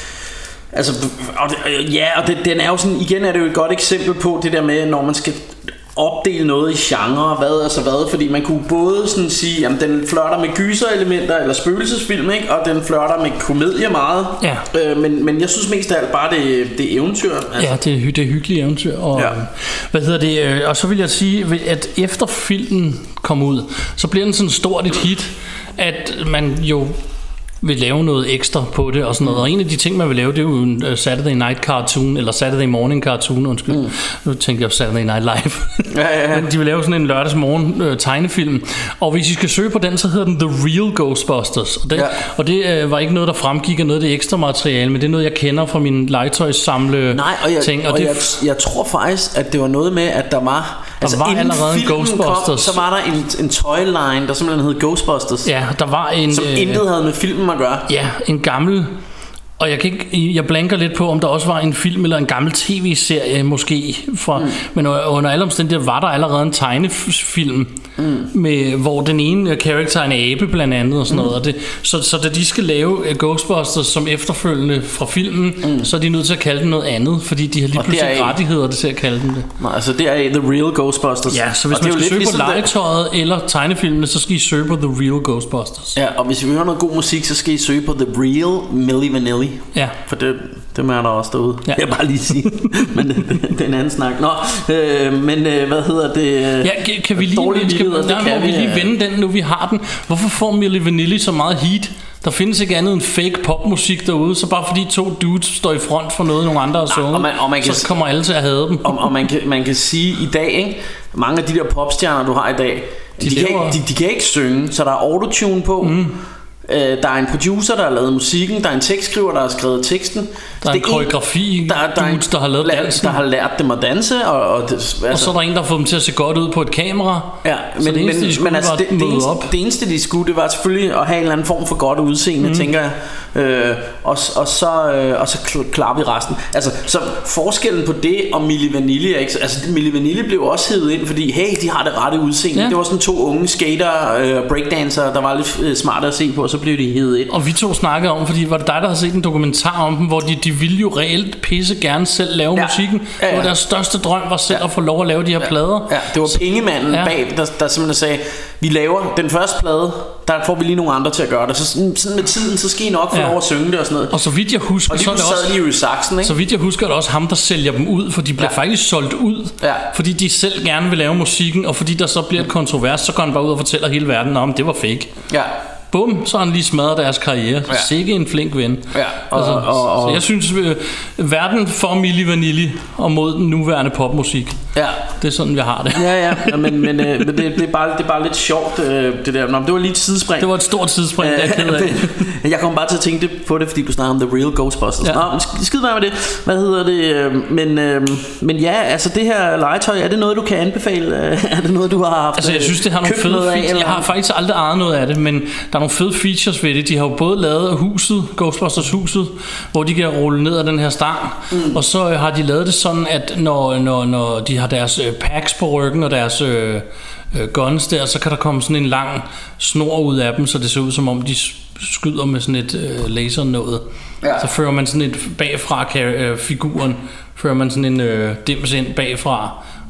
altså, og det, ja, og det, den er jo sådan, igen er det jo et godt eksempel på det der med, når man skal opdele noget i genre, hvad altså hvad, fordi man kunne både sådan sige, jamen den flirter med gyserelementer eller spøgelsesfilm, ikke? Og den flirter med komedie meget, ja. øh, men, men jeg synes mest af alt bare det, det er eventyr, altså. Ja, det er, det er hyggelige eventyr, og ja. Hvad hedder det, og så vil jeg sige, at efter filmen kom ud, så bliver den sådan stort et hit, at man jo vil lave noget ekstra på det og sådan noget. Og en af de ting man vil lave, det er jo en Saturday Night Cartoon eller Saturday Morning Cartoon, undskyld. Mm. Nu tænker jeg Saturday Night Live. Ja, ja, ja. Men de vil lave sådan en lørdagsmorgen øh, tegnefilm. Og hvis I skal søge på den, så hedder den The Real Ghostbusters. Og det, ja. og det øh, var ikke noget der fremgik af noget af det ekstra materiale, men det er noget jeg kender fra min legetøjssamle. Nej, og jeg, ting. Og, og det, jeg, jeg tror faktisk at det var noget med at der var der altså, var allerede en Ghostbusters kom, så var der en, en toyline der simpelthen hed Ghostbusters. Ja, der var en som øh, intet havde med filmen at gøre. Ja, en gammel, og jeg kan ikke, jeg blanker lidt på om der også var en film eller en gammel tv-serie måske fra, mm. men under alle omstændigheder var der allerede en tegnefilm mm. med, hvor den ene karakter er en abe blandt andet og sådan mm. noget, og det, så, så da de skal lave Ghostbusters som efterfølgende fra filmen, mm. så er de nødt til at kalde den noget andet, fordi de har lige pludselig er, rettigheder til at kalde den det. Nej, altså det er The Real Ghostbusters. Ja, så hvis og man skal søge ligesom på legetøjet det, eller tegnefilmene, så skal I søge på The Real Ghostbusters. Ja, og hvis I vil høre noget god musik, så skal I søge på The Real Milli Vanilli. Ja. For det, det er der også derude, ja. Jeg bare lige sige. Men det, det er en anden snak. Nå, øh, men øh, hvad hedder det? Ja, kan, kan vi lige, skal, nyheder, der, kan vi, vi lige vende den, nu vi har den. Hvorfor får Milli Vanilli så meget heat? Der findes ikke andet end fake popmusik derude, så bare fordi to dudes står i front for noget, nogle andre har sunget, så kommer alle til at hade dem. Og, og man, kan, man kan sige i dag, ikke? Mange af de der popstjerner, du har i dag, de, de, kan, ikke, de, de kan ikke synge, så der er autotune på. Mm. Der er en producer, der har lavet musikken, der er en tekstskriver, der har skrevet teksten. Der er en koreografi, der, der, dudes, der har lavet dansen, der har lært dem at danse, og, og, det, altså. Og så er der en, der har fået dem til at se godt ud på et kamera. Ja, men, det eneste, men, de skulle, men altså, det, det, eneste, op. det eneste de skulle, det var selvfølgelig at have en eller anden form for godt udseende, mm. tænker jeg. Øh, og, og så øh, og så klappe i resten. Altså, så forskellen på det og Milli Vanilli, ikke? Altså Milli Vanilli blev også hævet ind, fordi hey, de har det rette udseende. Ja. Det var sådan to unge skater, øh, breakdancer, der var lidt øh, smarte at se på, og så blev de hævet ind. Og vi to snakkede om, fordi var det dig, der har set en dokumentar om dem, hvor de, de ville jo reelt pisse gerne selv lave ja. musikken. Ja, ja. Det var deres største drøm, var selv ja. at få lov at lave de her ja. plader. Ja, det var pengemanden ja. bag, der, der simpelthen sagde, vi laver den første plade, der får vi lige nogle andre til at gøre det. Så sådan, sådan med tiden, så skal I nok få ja. lov at synge det og sådan noget. Og så vidt jeg husker, og de så er det også, de jo i saksen, ikke? Så vidt jeg husker, er det også ham, der sælger dem ud, for de bliver ja. faktisk solgt ud, ja. fordi de selv gerne vil lave musikken, og fordi der så bliver et kontrovers, så går han bare ud og fortæller hele verden om, det var fake. Ja. Bum, så har han lige smadret deres karriere. Ja. Sikke en flink ven. Ja, og, altså, og, og, så jeg synes øh, verden for Milli Vanilli og mod den nuværende popmusik. Ja. Det er sådan vi har det. Ja, ja, ja men, men, øh, men det, det, er bare, det er bare lidt sjovt øh, det der. Nå, det var lige et sidespring. Det var et stort sidespring, det er jeg ked af. Jeg kom bare til at tænke på det, fordi du snakker om The Real Ghostbusters. Ja. Nå, men skid være med det. Hvad hedder det? Men, øh, men ja, altså det her legetøj, er det noget du kan anbefale? Er det noget du har haft? Altså jeg synes det har nogle fede features. Jeg har faktisk aldrig ejet noget af det, men der er nogle fede features ved det. De har jo både lavet huset, Ghostbusters huset, hvor de kan rulle ned ad den her stang, mm. og så har de lavet det sådan, at når, når, når de har deres øh, packs på ryggen og deres øh, øh, guns der, så kan der komme sådan en lang snor ud af dem, så det ser ud som om de skyder med sådan et øh, lasernåde. Ja. Så fører man sådan et bagfra øh, figuren, fører man sådan en øh, dims ind bagfra,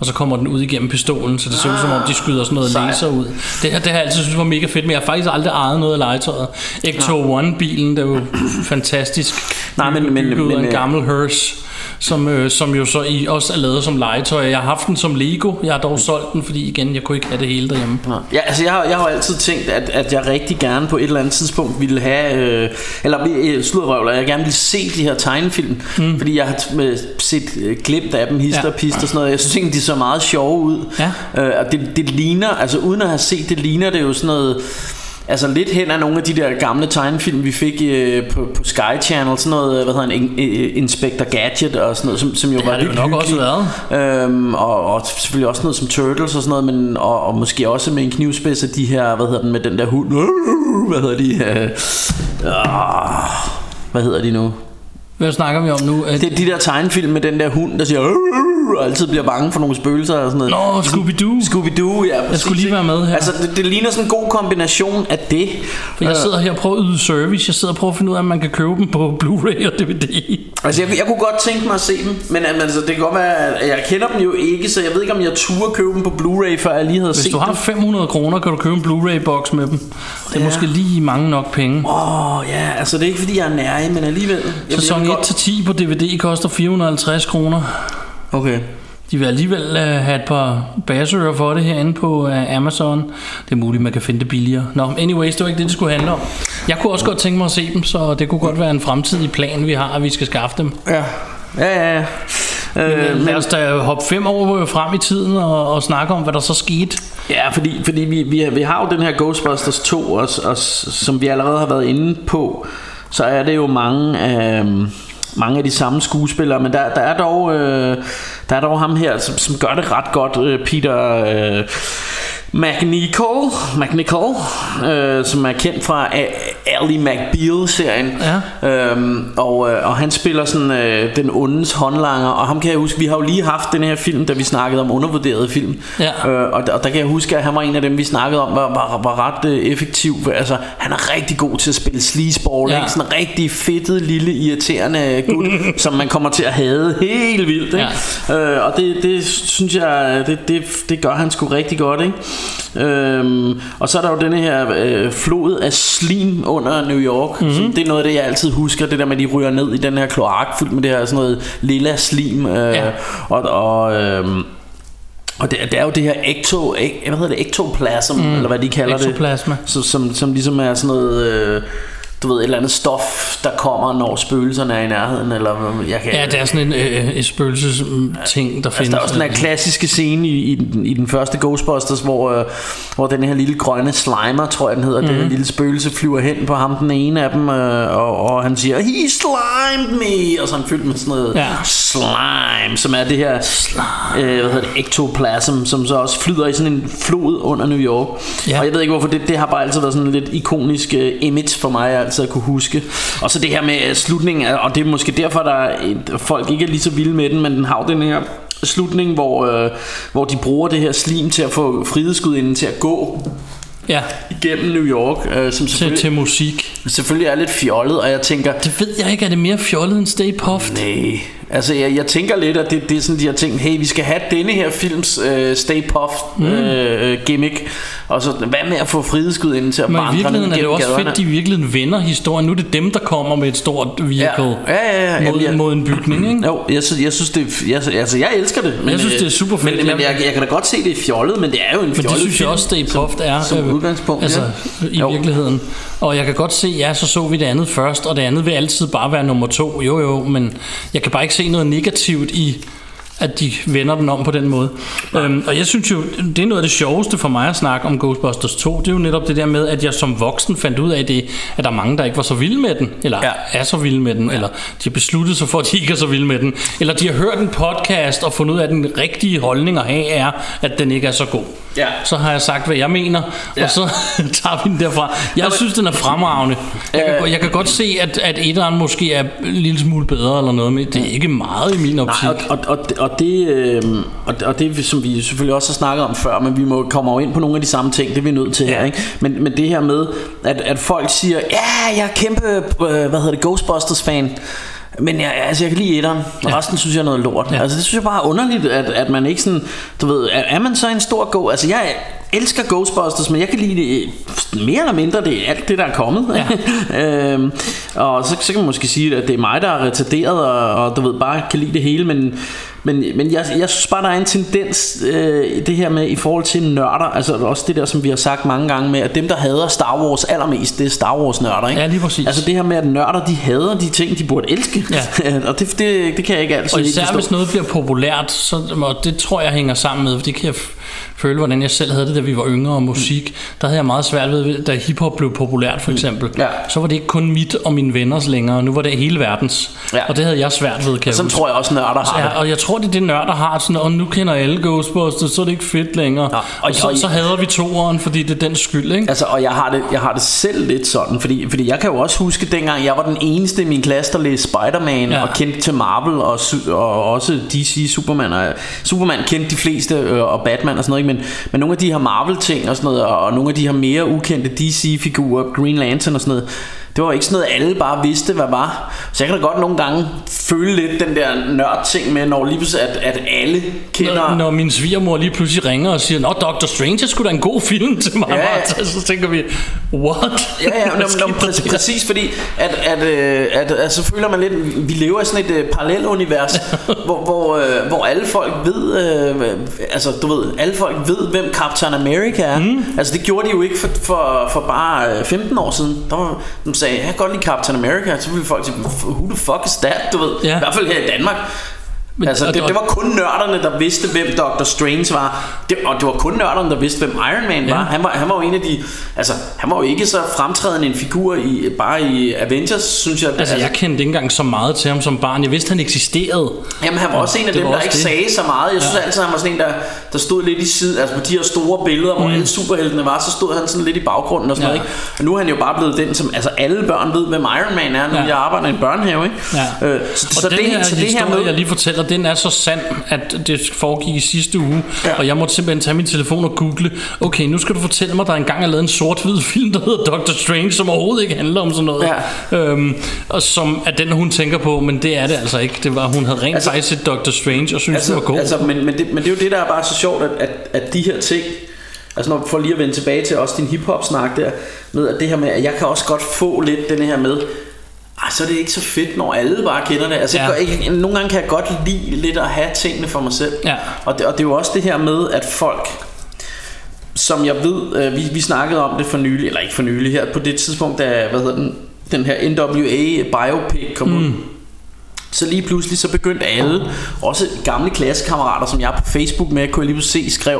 og så kommer den ud igennem pistolen, så det ser ud som om de skyder sådan noget Sej. laser ud. Det her, det har jeg altid synes var mega fedt, men jeg har faktisk aldrig ejet noget af legetøjet. Ecto One bilen, det er jo fantastisk. Nej, men, men, bygget ud af men en gammel Hearse, som, øh, som jo så i også er lavet som legetøj. Jeg har haft den som Lego, jeg har dog solgt den, fordi igen, jeg kunne ikke have det hele derhjemme. Ja, altså jeg har, jeg har altid tænkt, at, at jeg rigtig gerne på et eller andet tidspunkt ville have, øh, eller øh, sludrøvler, jeg gerne ville se de her tegnefilm, mm. fordi jeg har t- set øh, glimt af dem, hister og ja. pister og sådan noget. Jeg synes egentlig, de så meget sjove ud. Ja. Øh, og det, det ligner, altså uden at have set det, ligner det jo sådan noget. Altså lidt hen af nogle af de der gamle tegnefilm vi fik øh, på, på Sky Channel, sådan noget, hvad hedder en, Inspector Gadget og sådan noget, som, som jo det var det lidt nok også været. Øhm, og, og selvfølgelig også noget som Turtles og sådan noget, men og, og måske også med en knivspids af de her, hvad hedder den med den der hund, hvad hedder de? Øh, øh, hvad hedder de nu? Hvad snakker vi om nu? Det er de der tegnefilm med den der hund, der siger og altid bliver bange for nogle spøgelser og sådan noget. Nå, Scooby-Doo. Scooby-Doo, ja. Jeg skulle lige være med her. Altså, det, det ligner sådan en god kombination af det. For jeg sidder her og prøver at yde service. Jeg sidder og prøver at finde ud af, om man kan købe dem på Blu-ray og D V D. Altså, jeg, jeg kunne godt tænke mig at se dem, men altså, det kan godt være, at jeg kender dem jo ikke, så jeg ved ikke, om jeg turde købe dem på Blu-ray, før jeg lige havde Hvis set du har dem. fem hundrede kroner, kan du købe en Blu-ray-boks med dem. Det er Ja. måske lige mange nok penge. Åh, oh, ja, altså det er ikke fordi, jeg er nærig, men alligevel. Jeg, Sæson jeg et til ti på D V D koster fire hundrede og halvtreds kroner. Okay. De vil alligevel uh, have et par basører for det herinde på uh, Amazon. Det er muligt, man kan finde det billigere. Nå, anyways, det var ikke det, det skulle handle om. Jeg kunne også godt tænke mig at se dem, så det kunne godt være en fremtidig plan, vi har, at vi skal skaffe dem. Ja, ja, ja. Men, Øh, lad os da hoppe fem år frem i tiden og, og snakke om, hvad der så skete. Ja, fordi, fordi vi, vi, vi har jo den her Ghostbusters to, og, og, som vi allerede har været inde på, så er det jo mange af... mange af de samme skuespillere, men der, der er dog øh, der er dog ham her, som, som gør det ret godt, øh, Peter øh, McNichol, McNichol øh, som er kendt fra Ally McBeal-serien, ja. øhm, og, øh, og han spiller sådan øh, den ondes håndlanger, og ham kan jeg huske, vi har jo lige haft den her film, da vi snakkede om undervurderede film, ja. øh, og, der, og der kan jeg huske, at han var en af dem, vi snakkede om, var, var, var ret øh, effektiv. Altså, han er rigtig god til at spille sleazeball, ja. Sådan en rigtig fedtet, lille, irriterende gut, som man kommer til at hade helt vildt, ikke? Ja. Øh, og det, det synes jeg, det, det, det gør han sgu rigtig godt, ikke? Øhm, og så er der jo denne her øh, flod af slim under New York, mm-hmm. som, det er noget af det jeg altid husker, det der med at de ryger ned i den her kloak fyldt med det her sådan noget lilla slim, øh, ja. og, og øh, og det, det er jo det her ecto, hvad hedder det, ektoplasm, mm. eller hvad de kalder Ektoplasma. det, så, som, som ligesom er sådan noget øh, du ved, et eller andet stof, der kommer, når spøgelserne er i nærheden, eller jeg kan... Ja, det er sådan en øh, et spøgelsesting, der altså, findes. Der er også den her klassiske scene i, i, den, i den første Ghostbusters, hvor, øh, hvor den her lille grønne slimer, tror jeg den hedder, mm-hmm. den her lille spøgelse flyver hen på ham, den ene af dem, øh, og, og han siger, he slimed me, og så er han fyldt med sådan noget ja. slime, som er det her øh, hvad hedder det, ektoplasm, som så også flyder i sådan en flod under New York. Ja. Og jeg ved ikke hvorfor, det, det har bare altid været sådan en lidt ikonisk øh, image for mig, jeg altid at kunne huske. Og så det her med slutningen, og det er måske derfor, der er, folk ikke er lige så vilde med den, men den har den her slutning, hvor, øh, hvor de bruger det her slim til at få frihedsgudinden til at gå ja. igennem New York, øh, som til, til musik. Selvfølgelig er lidt fjollet, og jeg tænker, det ved jeg ikke, er det mere fjollet end Stay Puft? Nej, altså jeg, jeg tænker lidt, at det, det er sådan de har tænkt, hey, vi skal have denne her films øh, Stay Puft mm. øh, gimmick, og så hvad med at få frihedsgudinden til at vandre ned gennem gaderne. Men i virkeligheden er det også fedt, de i virkeligheden vender historien. Nu er det dem, der kommer med et stort vehicle ja. Ja, ja, ja, mod, ja. mod en bygning, ikke? Jo, jeg synes, jeg synes det jeg, altså jeg elsker det, men jeg synes det er super fedt. Men, men jeg, jeg kan da godt se det er fjollet, men det er jo en fjollet. Men det synes jeg også Stay Puft er som øh, udgangspunkt, altså ja. i jo. virkeligheden. Og jeg kan godt se, ja, så så vi det andet først, og det andet vil altid bare være nummer to. Jo jo, men jeg kan bare ikke se noget negativt i at de vender den om på den måde. øhm, Og jeg synes jo, det er noget af det sjoveste for mig at snakke om Ghostbusters to. Det er jo netop det der med, at jeg som voksen fandt ud af det, at der er mange, der ikke var så vilde med den, eller ja. er så vilde med den, ja. eller de har besluttet sig for, at de ikke er så vilde med den, eller de har hørt en podcast og fundet ud af, at den rigtige holdning at have er, at den ikke er så god. Ja. Så har jeg sagt, hvad jeg mener, ja. og så tager vi den derfra. Jeg Nå, synes, den er fremragende. Jeg, øh, kan, jeg kan godt se, at, at etteren måske er en lille smule bedre eller noget, men det er ikke meget i min optik. Nej, og, og, og, og, det, øh, og, og det, som vi selvfølgelig også har snakket om før, men vi må komme jo ind på nogle af de samme ting, det er vi nødt til her, ikke? Men, men det her med, at, at folk siger, ja, jeg er kæmpe, øh, hvad hedder det, Ghostbusters-fan. Men jeg, altså, jeg kan lide etteren. Ja. Resten synes jeg er noget lort. Ja. Altså det synes jeg bare er underligt, at, at man ikke sådan, du ved, er, er man så en stor go? Altså jeg elsker Ghostbusters, men jeg kan lide det mere eller mindre, det er alt det der er kommet. Ja. øhm, og så, så kan man måske sige, at det er mig, der er retarderet og, og du ved bare kan lide det hele, men Men, men jeg, jeg synes bare der er en tendens øh, det her med i forhold til nørder. Altså også det der som vi har sagt mange gange med, at dem der hader Star Wars allermest, det er Star Wars nørder, ikke? Ja, lige præcis. Altså det her med at nørder de hader de ting de burde elske. Ja. Og det, det, det kan jeg ikke altid. Og især hvis noget bliver populært, så, og det tror jeg hænger sammen med, for det kan jeg f- føle hvordan jeg selv havde det da vi var yngre og musik. Der havde jeg meget svært ved, da hiphop blev populært for eksempel. Ja. Så var det ikke kun mit og mine venners længere, nu var det hele verdens. Ja. Og det havde jeg svært ved, kan jeg sådan huske. tror jeg også nørder har ja, det. og jeg tror det er det nørder har sådan, og nu kender alle Ghostbusters, så er det ikke fedt længere. Ja, og, og så, og, så hader vi toeren, fordi det er den skyld, ikke? Altså, og jeg har det, jeg har det selv lidt sådan, fordi, fordi jeg kan jo også huske dengang jeg var den eneste i min klasse der læste Spider-Man ja. og kendte til Marvel og, og også D C Superman og Superman kendte de fleste øh, og Batman og sådan noget, ikke? Men, men nogle af de her Marvel ting og sådan noget, og, og nogle af de her mere ukendte D C figurer, Green Lantern og sådan noget, det var ikke sådan noget alle bare vidste hvad var. Så jeg kan da godt nogle gange føle lidt den der nørd ting med, når lige pludselig at, at alle kender når, når min svigermor lige pludselig ringer og siger, nå Doctor Strange er sgu da en god film til mig, ja, ja. Så tænker vi, what? Ja, ja, nå, nå, præcis, præcis fordi at, at, at, at, at så føler man lidt, vi lever i sådan et uh, parallelunivers hvor, hvor, uh, hvor alle folk ved uh, altså du ved, alle folk ved hvem Captain America er. mm. Altså det gjorde de jo ikke for, for, for bare femten år siden. Der var, de sagde, jeg kan godt lide Captain America, så ville folk sige, who the fuck is that, du ved, ja. I hvert fald her i Danmark. Men, altså, det, det var kun nørderne der vidste hvem Doctor Strange var. det, Og det var kun nørderne der vidste hvem Iron Man var. Ja. han var Han var jo en af de, altså han var jo ikke så fremtrædende en figur i, bare i Avengers, synes jeg. Altså, altså jeg kendte ikke engang så meget til ham som barn. Jeg vidste han eksisterede. Jamen han var også en af dem der ikke det. sagde så meget. Jeg synes ja. altid han var sådan en der, der stod lidt i siden. Altså på de her store billeder hvor mm. alle superheltene var, så stod han sådan lidt i baggrunden og sådan ja. noget, ikke? Og nu er han jo bare blevet den som, altså alle børn ved hvem Iron Man er. Nu ja. jeg arbejder i en børnehave, ikke? Ja. Øh, så, så, så det, her så det her med, jeg lige fortæller, den er så sand, at det foregik i sidste uge, ja. og jeg måtte simpelthen tage min telefon og google, okay, nu skal du fortælle mig, der engang er lavet en sort-hvid film, der hedder Doctor Strange, som overhovedet ikke handler om sådan noget, ja. øhm, og som er den, hun tænker på, men det er det altså ikke. Det var, hun havde rent altså, faktisk set Doctor Strange, og synes altså, det var god. Altså, men, men, det, men det er jo det, der er bare så sjovt, at, at, at de her ting, altså når for lige at vende tilbage til også din hiphop-snak der, med at det her med, at jeg kan også godt få lidt den her med, ej, så er det ikke så fedt, når alle bare kender det. Altså, ja. jeg, jeg, nogle gange kan jeg godt lide lidt at have tingene for mig selv. Ja. Og, det, og det er jo også det her med, at folk, som jeg ved, øh, vi, vi snakkede om det for nylig, eller ikke for nylig her, på det tidspunkt, da hvad hedder den, den her N W A biopic kom ud. Mm. Så lige pludselig så begyndte alle, også gamle klassekammerater, som jeg er på Facebook med, kunne jeg lige se, skrev,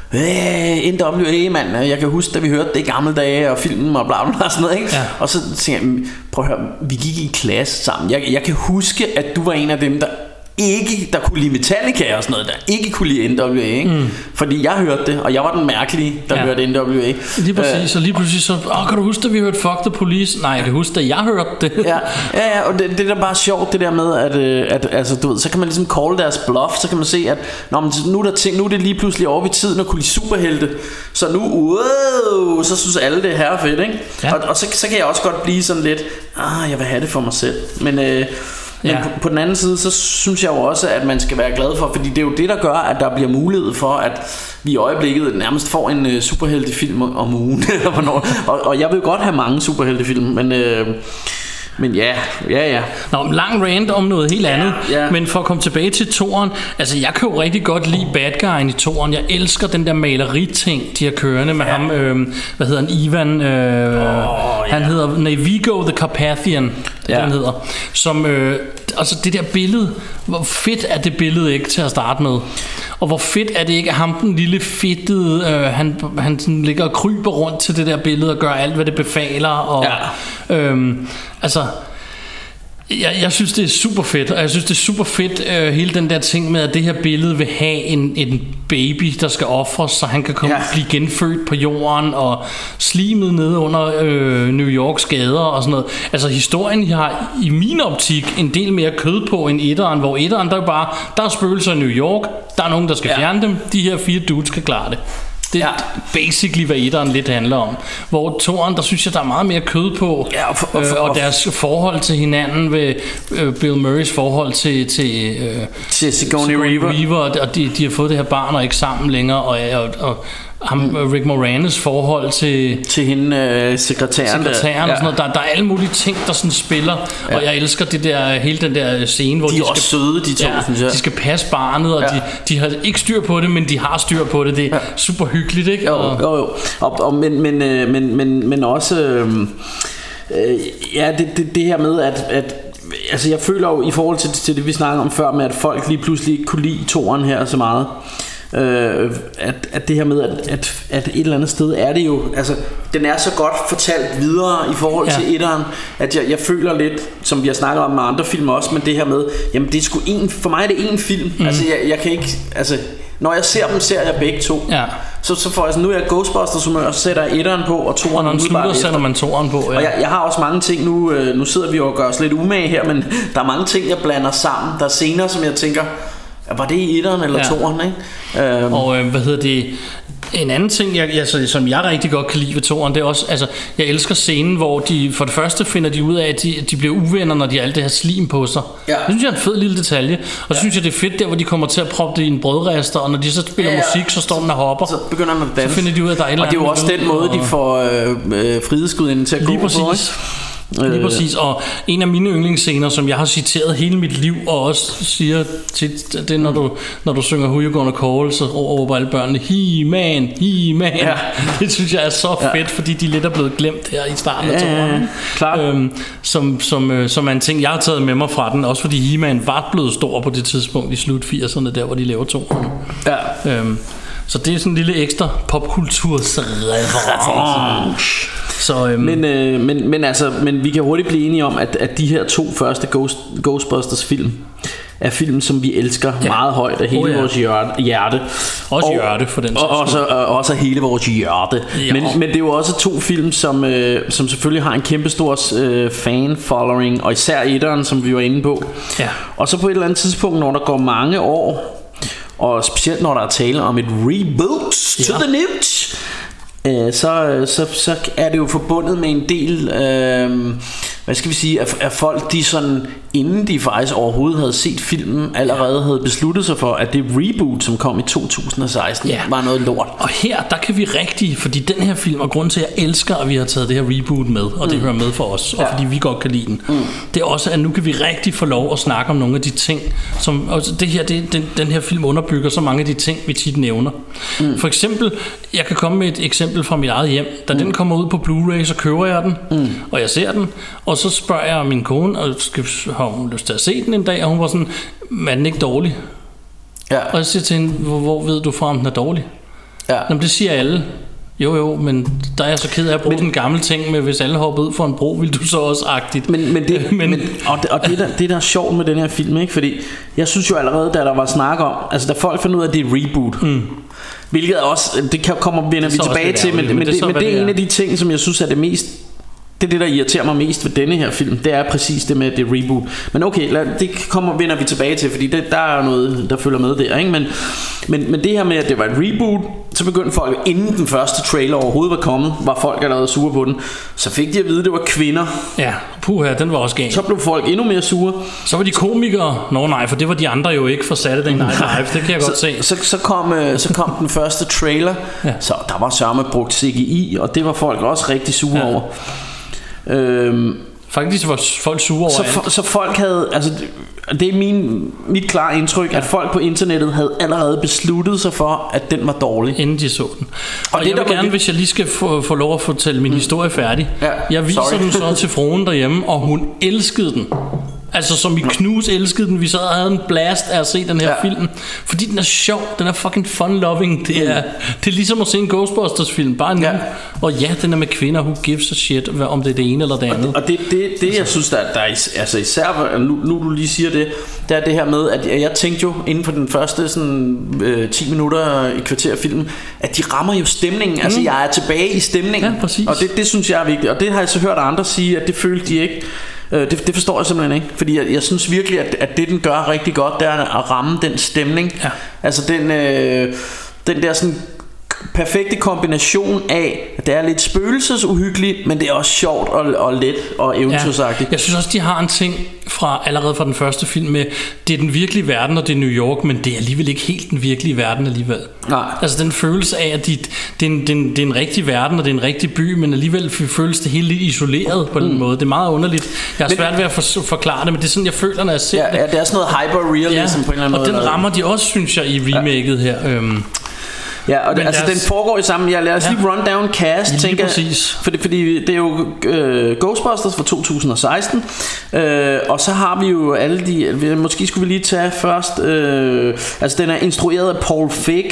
N W A mand, jeg kan huske da vi hørte det i gamle dage og filmen og bla bla og sådan noget, ikke? Ja. Og så tænkte jeg, prøv at høre, vi gik i klasse sammen. Jeg, jeg kan huske at du var en af dem der ikke, der kunne lide Metallica og sådan noget, der ikke kunne lide N W A, ikke? Mm. Fordi jeg hørte det, og jeg var den mærkelige, der ja. hørte N W A. Lige præcis, og lige pludselig så, åh, kan du huske, at vi hørte Fuck the Police? Nej, jeg kan huske, at jeg hørte det. ja, ja, ja, og det, det er da bare sjovt, det der med, at, at altså, du ved, så kan man ligesom call deres bluff, så kan man se, at nå, men nu, er der ting, nu er det lige pludselig over i tiden at kunne lide superhelte, så nu, wow, så synes alle, det her er fedt, ikke? Ja. Og, og så, så kan jeg også godt blive sådan lidt, ah, jeg vil have det for mig selv, men... Øh, Men ja. på, på den anden side, så synes jeg jo også, at man skal være glad for, fordi det er jo det, der gør, at der bliver mulighed for, at vi i øjeblikket nærmest får en uh, superheltefilm om ugen. og, og jeg vil godt have mange superheltefilm, men... Uh, Men ja, ja, ja. Nå, en lang rant om noget helt andet. Ja, ja. Men for at komme tilbage til toeren, altså jeg kan jo rigtig godt lide bad guyen i toeren. Jeg elsker den der maleriting, de har kørende med ja. ham. Øh, hvad hedder han? Ivan. Øh, oh, ja. Han hedder nej, Vigo the Carpathian. Det ja. han hedder. Som øh, altså det der billede. Hvor fedt er det billede ikke til at starte med? Og hvor fedt er det ikke, at ham den lille fedtede, øh, han, han sådan ligger og kryber rundt til det der billede og gør alt hvad det befaler. Og ja. øhm, altså jeg, jeg synes det er super fedt. Og jeg synes det er super fedt øh, hele den der ting med, at det her billede vil have en, en baby, der skal ofres, så han kan komme, ja. blive genfødt på jorden, og slimet nede under øh, New Yorks gader og sådan noget. Altså historien har i min optik en del mere kød på end etteren, hvor etteren der er bare, der er spøgelser i New York, der er nogen der skal ja. fjerne dem, de her fire dudes skal klare det. Det er ja. basically, hvad etteren lidt handler om. Hvor toeren, der synes jeg, der er meget mere kød på. Ja, og, for, og, for, øh, og deres forhold til hinanden ved øh, Bill Murrays forhold til til, øh, til Sigourney Weaver. Weaver. Og de, de har fået det her barn og ikke sammen længere. Og, og, og ham, mm. Rick Moranis forhold til til hende øh, sekretæren, sekretæren der. Og sådan noget. Der, der er alle mulige ting, der sådan spiller. Ja. Og jeg elsker det der, hele den der scene, hvor de, de er skal, også søde, de to, ja, synes jeg. De skal passe barnet, og ja. de, de har ikke styr på det, men de har styr på det. Det er ja. super hyggeligt, ikke? Jo, og, jo, jo. Og, og, men, men, men, men, men også øh, øh, ja, det, det, det her med at, at altså jeg føler jo i forhold til, til det vi snakkede om før med at folk lige pludselig ikke kunne lide toeren her så meget. Øh, at, at det her med at, at, at et eller andet sted er det jo, altså den er så godt fortalt videre i forhold ja. til etteren, at jeg, jeg føler lidt, som vi har snakket om med andre film også, men det her med, jamen det er sgu en, for mig er det en film, mm. altså jeg, jeg kan ikke, altså når jeg ser dem, ser jeg begge to. Ja. Så, så får jeg sådan, nu er jeg Ghostbusters humør, og så sætter jeg etteren på, og toeren og umiddelbart efter. Sætter man toeren på, ja. Og jeg, jeg har også mange ting nu, øh, nu sidder vi og gør os lidt umage her, men der er mange ting, jeg blander sammen. Der er scener, som jeg tænker, var det i etteren eller ja. toeren, ikke? Øhm. Og øh, hvad hedder det? En anden ting, jeg, altså, som jeg rigtig godt kan lide ved toeren, det er også, altså, jeg elsker scenen, hvor de for det første finder de ud af, at de, de bliver uvenner, når de har alt det her slim på sig. Ja. Det synes jeg er en fed lille detalje. Og så ja. synes jeg, det er fedt der, hvor de kommer til at proppe det i en brødrester, og når de så spiller ja, ja. musik, så står den og hopper. Så begynder den at danse. Så finder de ud af, at der er et eller andet. Og det er jo også den måde, de får øh, øh, frihedsgudinden til at lige gå præcis. på, Lige præcis, og en af mine yndlingsscener, som jeg har citeret hele mit liv, og også siger tit, det er når du, når du synger Who You Gonna Call, så råber alle børnene He-Man, He-Man. Ja. Det synes jeg er så fedt, ja. fordi de lidt er blevet glemt her i starten af toeren. Ja, ja, øhm, som, som, øh, som er en ting, jeg har taget med mig fra den, også fordi He-Man var blevet stor på det tidspunkt i slut firserne, der hvor de laver toeren. Ja. Øhm, så det er sådan en lille ekstra popkultursreference. Så, øhm. men, øh, men, men, altså, men vi kan hurtigt blive enige om, at, at de her to første Ghost, Ghostbusters film er film, som vi elsker ja. meget højt af hele oh, ja. vores hjerte. Også og, hjerte for den og, også, og også af hele vores hjerte. Ja. Men, men det er jo også to film, som, øh, som selvfølgelig har en kæmpe stor øh, fan-following, og især etteren, som vi var inde på. Ja. Og så på et eller andet tidspunkt, når der går mange år, og specielt når der er tale om et reboot ja. to the newt, øh, så, så, så er det jo forbundet med en del øh, hvad skal vi sige, at, at folk de sådan, inden de faktisk overhovedet havde set filmen, allerede havde besluttet sig for, at det reboot, som kom i to tusind og seksten, ja. var noget lort. Og her, der kan vi rigtig, fordi den her film, og grunden til, at jeg elsker, at vi har taget det her reboot med, og det mm. hører med for os, og ja. fordi vi godt kan lide den, mm. det er også, at nu kan vi rigtig få lov at snakke om nogle af de ting, som, og det her, det, den, den her film underbygger så mange af de ting, vi tit nævner. Mm. For eksempel, jeg kan komme med et eksempel fra mit eget hjem. Da mm. den kommer ud på Blu-ray, så køber jeg den, mm. og jeg ser den, og så spørger jeg min kone, og skal, har hun lyst til at se den en dag, og hun var sådan, er den ikke dårlig? Ja. Og jeg siger til hende, hvor, hvor ved du fra, om den er dårlig? Ja. Jamen, det siger alle. Jo jo, men der er jeg så ked af at bruge men, den gamle ting med, hvis alle hopper ud for en bro, vil du så også agtigt. Men, men det, men, men, og det, og det, der, det der er sjovt med den her film, ikke? Fordi jeg synes jo allerede, da der var snak om, altså da folk fandt ud af, at det er et reboot, mm. hvilket også, det kan, kommer vender vi tilbage til, men, men, men, det, det, men det er det en af de ting, som jeg synes er det mest, det er det, der irriterer mig mest ved denne her film. Det er præcis det med, at det er reboot. Men okay, lad, det kommer, vender vi tilbage til, fordi det, der er noget, der følger med der, ikke? Men, men, men det her med, at det var et reboot, så begyndte folk, inden den første trailer overhovedet var kommet, var folk allerede sure på den. Så fik de at vide, at det var kvinder. Ja, puha, den var også gal. Så blev folk endnu mere sure. Så var de komikere. Nå nej, for det var de andre jo ikke for Saturday Night Live. Det kan jeg godt så, se. Så, så, kom, så kom den første trailer, ja. Så der var sørme brugt C G I, og det var folk også rigtig sure ja. over. Øhm, Faktisk var folk sure over så, for, så folk havde, altså det er min, mit klare indtryk, ja. at folk på internettet havde allerede besluttet sig for, at den var dårlig, inden de så den. Og, og det, jeg vil gerne, det... hvis jeg lige skal få, få lov at fortælle min mm. historie færdig. Ja, jeg viser sorry. den så til fruen derhjemme, og hun elskede den. Altså som i knus elskede den. Vi sad og havde en blast af at se den her ja. film, fordi den er sjov, den er fucking fun-loving. Det er, det er ligesom at se en Ghostbusters film, bare nu. Ja. Og ja, den er med kvinder, who gives a shit, om det er det ene eller det andet. Og det, det, det jeg synes, der, der er altså især, nu, nu du lige siger det, det er det her med, at jeg, jeg tænkte jo inden for den første sådan, øh, ti minutter i kvarter af filmen, at de rammer jo stemningen. Mm. Altså jeg er tilbage i stemningen. Ja, præcis. Og det, det synes jeg er vigtigt. Og det har jeg så hørt andre sige, at det følte de ikke. Det, det forstår jeg simpelthen ikke. Fordi jeg, jeg synes virkelig at, at det den gør rigtig godt, det er at ramme den stemning. Ja. Altså den, øh, den der sådan perfekte kombination af, at det er lidt spøgelsesuhyggeligt, men det er også sjovt og, og let og eventyrsagtigt. Ja, jeg synes også, de har en ting fra allerede fra den første film med, det er den virkelige verden, og det er New York, men det er alligevel ikke helt den virkelige verden alligevel. Nej. Altså den følelse af, at de, det, er en, det, er en, det er en rigtig verden, og det er en rigtig by, men alligevel føles det helt lidt isoleret på den mm. måde. Det er meget underligt. Jeg har svært ved at for, forklare det, men det er sådan, jeg føler, når jeg ser ja, det. Ja, det er sådan noget hyper-realism ja, på en eller anden og måde. Og den rammer de også, synes jeg, i remaket ja. her. Øhm. Ja, og det, altså deres... den foregår i sammen. Jeg lader os ja. lige rundown cast, ja, tænker jeg, fordi, fordi det er jo øh, Ghostbusters fra to tusind og seksten, øh, og så har vi jo alle de. Måske skulle vi lige tage først. Øh, altså den er instrueret af Paul Feig,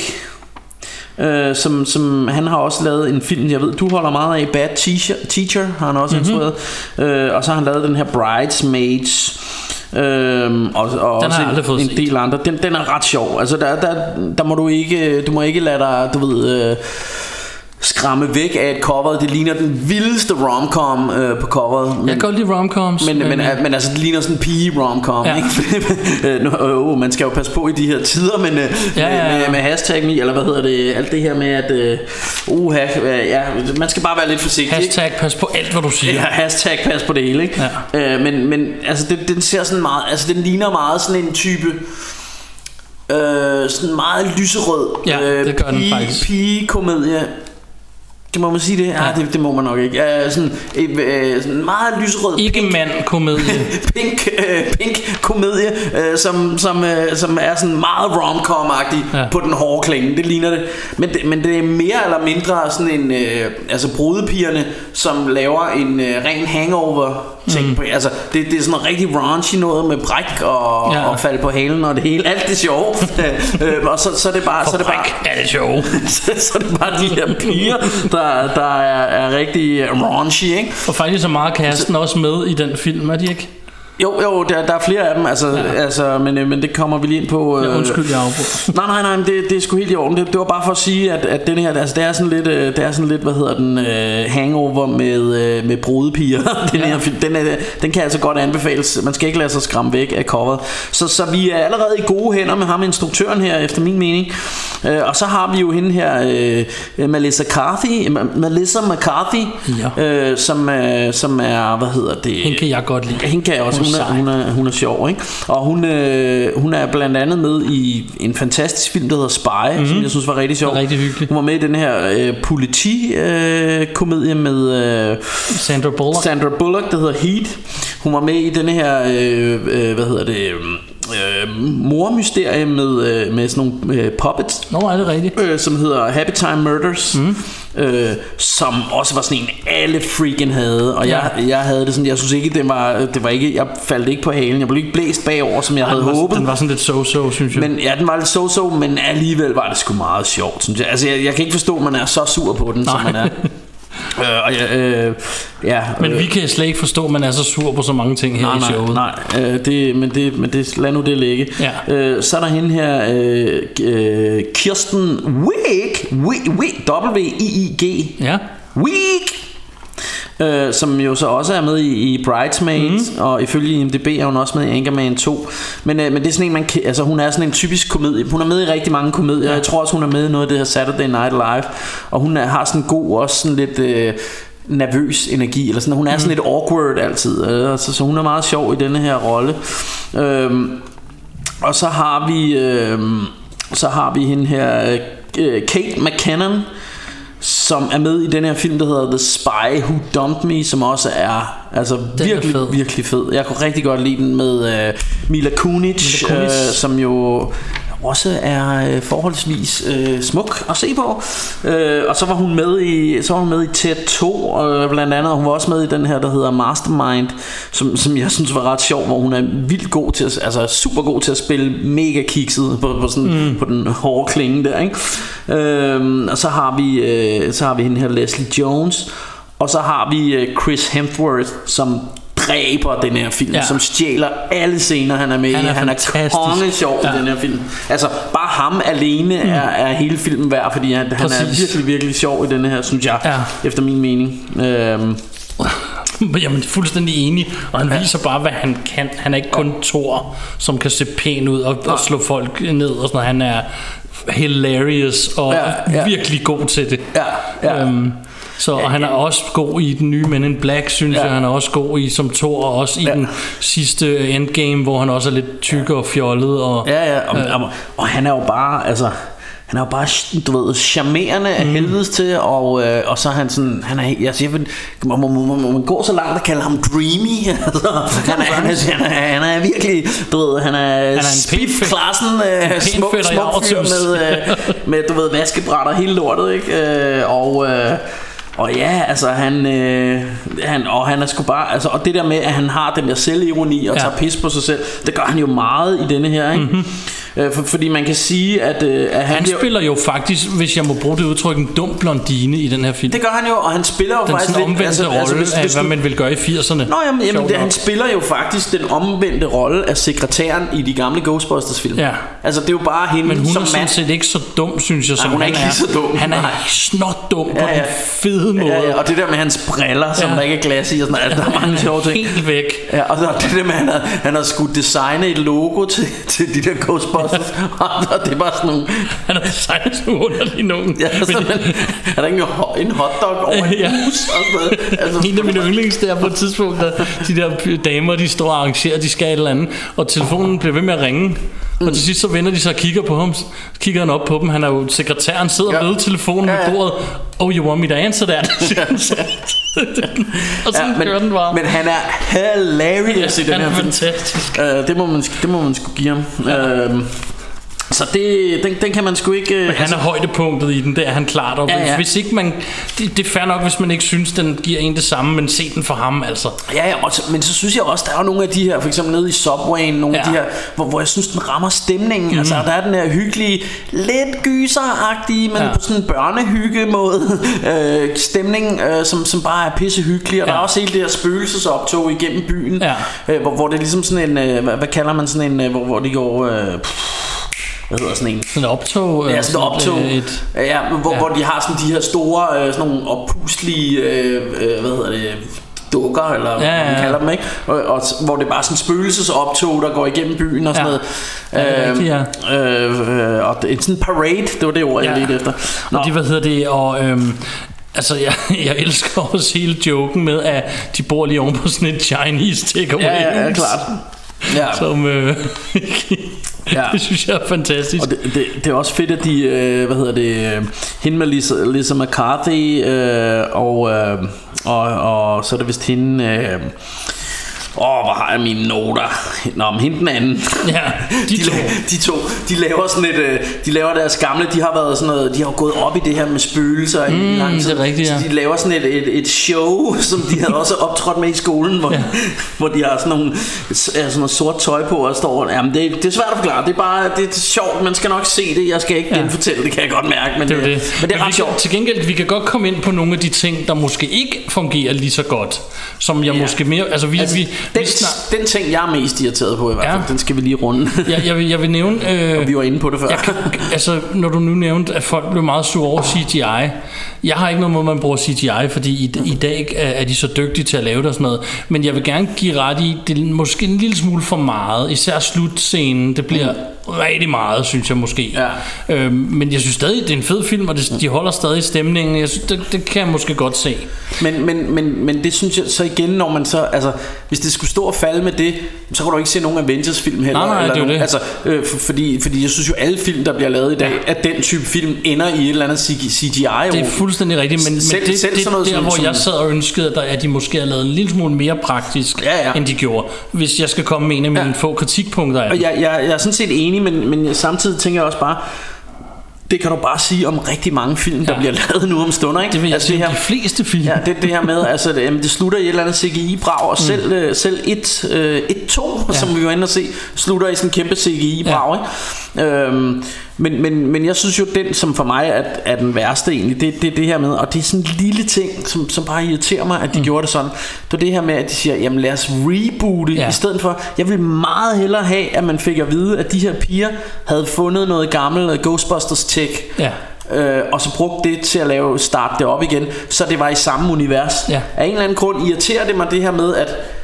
øh, som som han har også lavet en film. Jeg ved, du holder meget af Bad Teacher. Teacher har han også mm-hmm. instrueret, øh, og så har han lavet den her Bridesmaids. Øhm, og, og den har også en, en del andre. Den, den er ret sjov. Altså der, der, der må du ikke, du må ikke lade dig, du ved, øh, skræmme væk af et cover. Det ligner den vildeste romcom øh, på coveret. Men, jeg kan godt lide romcoms. Men, men, men, men altså det ligner sådan en pige romcom, ja. Ikke? nu, øh, man skal jo passe på i de her tider, men øh, ja, ja, ja. Med, med hashtag me, eller hvad hedder det, alt det her med at øh, uh, ja, man skal bare være lidt forsigtig. Hashtag ikke? pas på alt hvad du siger. Ja, hashtag pas på det hele, ikke? Ja. Øh, men, men altså det, den ser sådan meget, altså den ligner meget sådan en type øh, sådan meget lyserød ja, øh, det gør den pige, faktisk. Pige-komedie. Det må man sige det? Ja, ja det, det må man nok ikke. Ja, sådan, øh, sådan meget lyserød ikke pink, mand komedie. pink, øh, pink komedie, øh, som, som, øh, som er sådan meget rom-com-agtig ja. på den hårde klinge. Det ligner det. Men det, men det er mere eller mindre sådan en øh, altså brudepigerne, som laver en øh, ren hangover ting. Mm. Altså det, det er sådan noget rigtig raunchy noget med bræk og, ja. og falde på halen og det hele. Alt det sjove. øh, og så, så er det bare, For så er det bare er det sjove. så, så er det bare de her piger, der, der er, er rigtig raunchy, ikke? Og faktisk så meget kasten også med i den film, er de ikke? Jo, jo, der, der er flere af dem, altså, ja. altså men, men det kommer vi lige ind på. Ja, undskyld, jeg afbrudt. Nej, nej, nej, men det, det er sgu helt i orden. Det, det var bare for at sige, at, at den her, altså, det er sådan lidt, det er sådan lidt, hvad hedder den, uh, hangover med, uh, med brudepiger. den ja. her film, den, er, den kan altså godt anbefales. Man skal ikke lade sig skræmme væk af coveret. Så, så vi er allerede i gode hænder med ham, instruktøren her, efter min mening. Uh, og så har vi jo hende her, uh, Melissa McCarthy, Melissa McCarthy, ja. uh, som, uh, som er, hvad hedder det? Hende kan jeg godt lide. Hende kan jeg også. Hun er, hun, er, hun er sjov, ikke? Og hun, øh, hun er blandt andet med i en fantastisk film, der hedder Spy, mm-hmm. som jeg synes var rigtig sjov. Rigtig hyggelig. Hun var med i den her øh, politi-komedie øh, med øh, Sandra Bullock. Sandra Bullock, der hedder Heat. Hun var med i den her, øh, øh, hvad hedder det... Øh, mormysterie med, øh, med sådan nogle øh, puppets. Nå, er det rigtigt? Øh, som hedder Happy Time Murders, mm. øh, som også var sådan en alle freaking havde. Og ja. jeg, jeg havde det sådan, jeg synes ikke det var, det var ikke, jeg faldt ikke på halen. Jeg blev ikke blæst bagover, som jeg Ej, havde den var, håbet. Den var sådan lidt so-so, synes jeg. Men ja, den var lidt so-so, men alligevel var det sgu meget sjovt, synes jeg. Altså jeg, jeg kan ikke forstå, at man er så sur på den, Nej. som man er. Øh, og ja, øh, ja, men øh, vi kan slet ikke forstå, at man er så sur på så mange ting her nej, i showet. Nej, nej øh, det, men, det, men det, lad nu det ligge. Ja. øh, Så er der hende her øh, øh, Kirsten Wiig, W I I G Ja. Wiig, øh, som jo så også er med i, i Bridesmaids, mm. og ifølge I M D B er hun også med i Anchorman to. Men, øh, men det er sådan en, man kan, altså hun er sådan en typisk komedie. Hun er med i rigtig mange komedier. Ja. Jeg tror også hun er med i noget af det her Saturday Night Live. Og hun er, har sådan en god, også sådan lidt øh, nervøs energi, eller sådan. Hun er mm. sådan lidt awkward altid, øh, altså, så hun er meget sjov i denne her rolle. øh, Og så har vi øh, Så har vi hende her øh, Kate McKinnon, som er med i den her film, der hedder The Spy Who Dumped Me, som også er altså den virkelig, er fed. virkelig fed. Jeg kunne rigtig godt lide den med uh, Mila Kunis, Mila Kunis. Uh, som jo også er uh, forholdsvis uh, smuk at se på. Uh, og så var hun med i, så var hun med i Ted to, uh, blandt andet. Hun var også med i den her, der hedder Mastermind, som, som jeg synes var ret sjov, hvor hun er vildt god til at, altså super god til at spille mega kikset på, på, sådan, mm. på den hårde klinge der, ikke? Uh, og så har vi uh, så har vi hende her Leslie Jones. Og så har vi uh, Chris Hemsworth, som dræber den her film, ja. som stjæler alle scener han er med han er i. Han er kongesjov ja. i den her film. Altså bare ham alene mm. er, er hele filmen værd, fordi han, han er virkelig virkelig sjov i den her, synes jeg, ja. efter min mening. øhm. Jamen fuldstændig enig. Og han ja. viser bare hvad han kan. Han er ikke kun Thor, som kan se pæn ud og, og slå folk ned og sådan noget. Han er hilarious og Ja, ja. virkelig god til det. Ja, ja. Øhm, så og han er også god i den nye Men in Black, synes Ja. jeg. Han er også god i som Thor, og også i Ja. den sidste Endgame, hvor han også er lidt tykkere og fjollet. Og, Ja, ja, og, og, og han er jo bare, altså, han er jo bare, du ved, charmerende af helvedes til, og, øh, og så er han sådan, han er, altså, jeg vil, man, man, man, man går så langt at kalde ham dreamy, altså, han, er, han, er, han, er, han er virkelig, du ved, han er, han er Spiff-klassen, øh, smuk, smuk fyr med, øh, med, du ved, vaskebrætter hele lortet, ikke, øh, og... Øh, Og ja, altså han, øh, han og han er sgu bare, altså, og det der med at han har den der selvironi og Ja. tager pis på sig selv, det gør han jo meget i denne her, ikke? Mm-hmm. Øh, for, fordi man kan sige at, øh, at han, han bliver, spiller jo faktisk, hvis jeg må bruge det udtryk, en dum blondine i den her film. det gør han jo, og han spiller jo Den faktisk sådan lidt, omvendte altså, rolle altså, hvis, af, hvis hvad du, man ville gøre i firserne. Nå, jamen, jamen Sjovt det, nok. han spiller jo faktisk den omvendte rolle af sekretæren i de gamle Ghostbusters film. Ja. Altså det er jo bare hende Men hun som er sådan mand. set ikke så dum, synes jeg, som hun er han ikke lige så dum. Han er Nej. snot dum på Ja, ja. den fede måde. Ja, ja, og det der med hans briller, som Ja. der ikke er glas i, og sådan, altså, der er mange sjove ting. Helt væk. Ja, og så det der med, han har, han har skulle designe et logo til, til de der Ghostbusters, og det er bare sådan nogle... Han har designet sådan underlig nogen. Ja, så man, er der ikke en hotdog over et Ja. hus og sådan noget? Altså, En af mine yndlings der på et tidspunkt, der de der damer, de står og arrangerer, de skal et eller andet, og telefonen bliver ved med at ringe. Og til sidst så vender de sig og kigger på ham. Så kigger han op på dem. Han er jo sekretæren, sidder Ja. ved telefonen Ja, ja. ved bordet. Oh, you want me to answer that? Og sådan ja, men, kører den bare. men han er hilarious i den Han her er film. fantastisk. Uh, det, må man, det må man sgu give ham. Ja. Uh, så det, den, den kan man sgu ikke... Men han er højdepunktet i den, det er han klart. Og Ja, ja. hvis ikke man, det, det er fair nok, hvis man ikke synes, den giver en det samme, men se den for ham, altså. Ja, ja, og så, men så synes jeg også, der er jo nogle af de her, for eksempel nede i Subwayen, nogle ja. af de her, hvor, hvor jeg synes, den rammer stemningen. Mm. Altså, der er den her hyggelige, lidt gyseragtige, men ja. på sådan en børnehygge-måde, øh, stemning, øh, som, som bare er pissehyggelig. Og ja. der er også hele det her spøgelsesoptog igennem byen, Ja. øh, hvor, hvor det er ligesom sådan en, øh, hvad, hvad kalder man sådan en, øh, hvor, hvor de går... Øh, hvad hedder sådan en? Sådan et optog. Ja, sådan et optog. Et, ja, hvor, ja. hvor de har sådan de her store, øh, sådan nogle oppuslige, øh, øh, hvad hedder det, dukker, eller ja, ja, ja. hvad man kalder dem, ikke? Og, og hvor det er bare sådan en spøgelsesoptog, der går igennem byen og sådan Ja. noget. Ja, det er rigtigt, ja. øh, øh, og det er sådan en parade, det var det ord, jeg Ja. ledte efter. Nå. og de, hvad hedder det, og... Øhm, Altså, jeg, jeg elsker også hele joken med, at de bor lige oven på sådan et Chinese takeaway. Ja, ja, ja, klart. Ja. Som, øh, Ja. det synes jeg er fantastisk. Og det, det, det er også fedt, at de, øh, hvad hedder det, hende med Lisa, Lisa McCarthy, øh, og, øh, og, og så er det vist hende... Øh, Åh, oh, hvor har jeg mine noter. Nå, men hende den anden. Ja, de, de, to. de to. De laver sådan et, de laver deres gamle. De har været sådan noget. De har gået op i det her med spøgelser mm, i lang tid. Det er rigtigt, ja. Så de laver sådan et, et, et show, som de havde også optrådt med i skolen, hvor, ja. hvor de har sådan nogle sådan noget sort tøj på og står. Jamen det, det er svært at forklare. Det er bare det er sjovt. Man skal nok se det. Jeg skal ikke ja. genfortælle det, kan jeg godt mærke. Men det er det, det. Men det er men ret sjovt. Til gengæld vi kan godt komme ind på nogle af de ting, der måske ikke fungerer lige så godt, som jeg ja. måske mere. Altså vi, altså, vi, den, vi snak... den ting jeg er mest irriteret på i hvert fald, ja. den skal vi lige runde. jeg, jeg, vil, jeg vil nævne øh, og vi var inde på det før. jeg kan, altså når du nu nævnte at folk blev meget sure over C G I. Jeg har ikke noget mod man bruger C G I, fordi i, i dag er, er de så dygtige til at lave det og sådan noget. Men jeg vil gerne give ret i det er måske en lille smule for meget. Især slutscenen. Det bliver mm. rigtig meget, synes jeg måske. Ja. øhm, Men jeg synes stadig det er en fed film, og det, de holder stadig stemningen. Jeg synes, det, det kan jeg måske godt se. Men, men, men, men det synes jeg så igen, når man så altså, hvis det skulle stå og falde med det, så kan du ikke se nogen Avengers film heller. Nej, nej, eller det er nogen, det. Altså, øh, for, fordi, fordi jeg synes jo alle film der bliver lavet i dag ja. At den type film ender i et eller andet C G I. Det er fuldstændig rigtigt. Men, selv, men det, selv det, sådan noget der som, hvor som, jeg sad og ønskede at de måske havde lavet en lille smule mere praktisk ja, ja. End de gjorde. Hvis jeg skal komme med en af mine ja. få kritikpunkter af og jeg, jeg, jeg er sådan set enig. Men, men samtidig tænker jeg også bare, det kan du bare sige om rigtig mange film, der ja. bliver lavet nu om stunder, ikke? Det vil jeg altså, sige, det her, de fleste film. Ja, det, det her med, altså det, jamen, det slutter i et eller andet C G I-brag, og mm. selv, øh, selv et, øh, et to, ja. som vi var inde og se, slutter i sådan en kæmpe C G I-brag, ja. ikke? Øhm, men, men, men jeg synes jo, den som for mig er, er den værste egentlig, det er det, det her med, og det er sådan en lille ting, som, som bare irriterer mig, at de mm. gjorde det sådan. Det er det her med, at de siger, jamen lad os reboote, ja. I stedet for, jeg vil meget hellere have, at man fik at vide, at de her piger havde fundet noget gammelt Ghostbusters tech, ja. Øh, og så brugte det til at lave starte det op igen, så det var i samme univers. Ja. Af en eller anden grund irriterer det mig det her med, at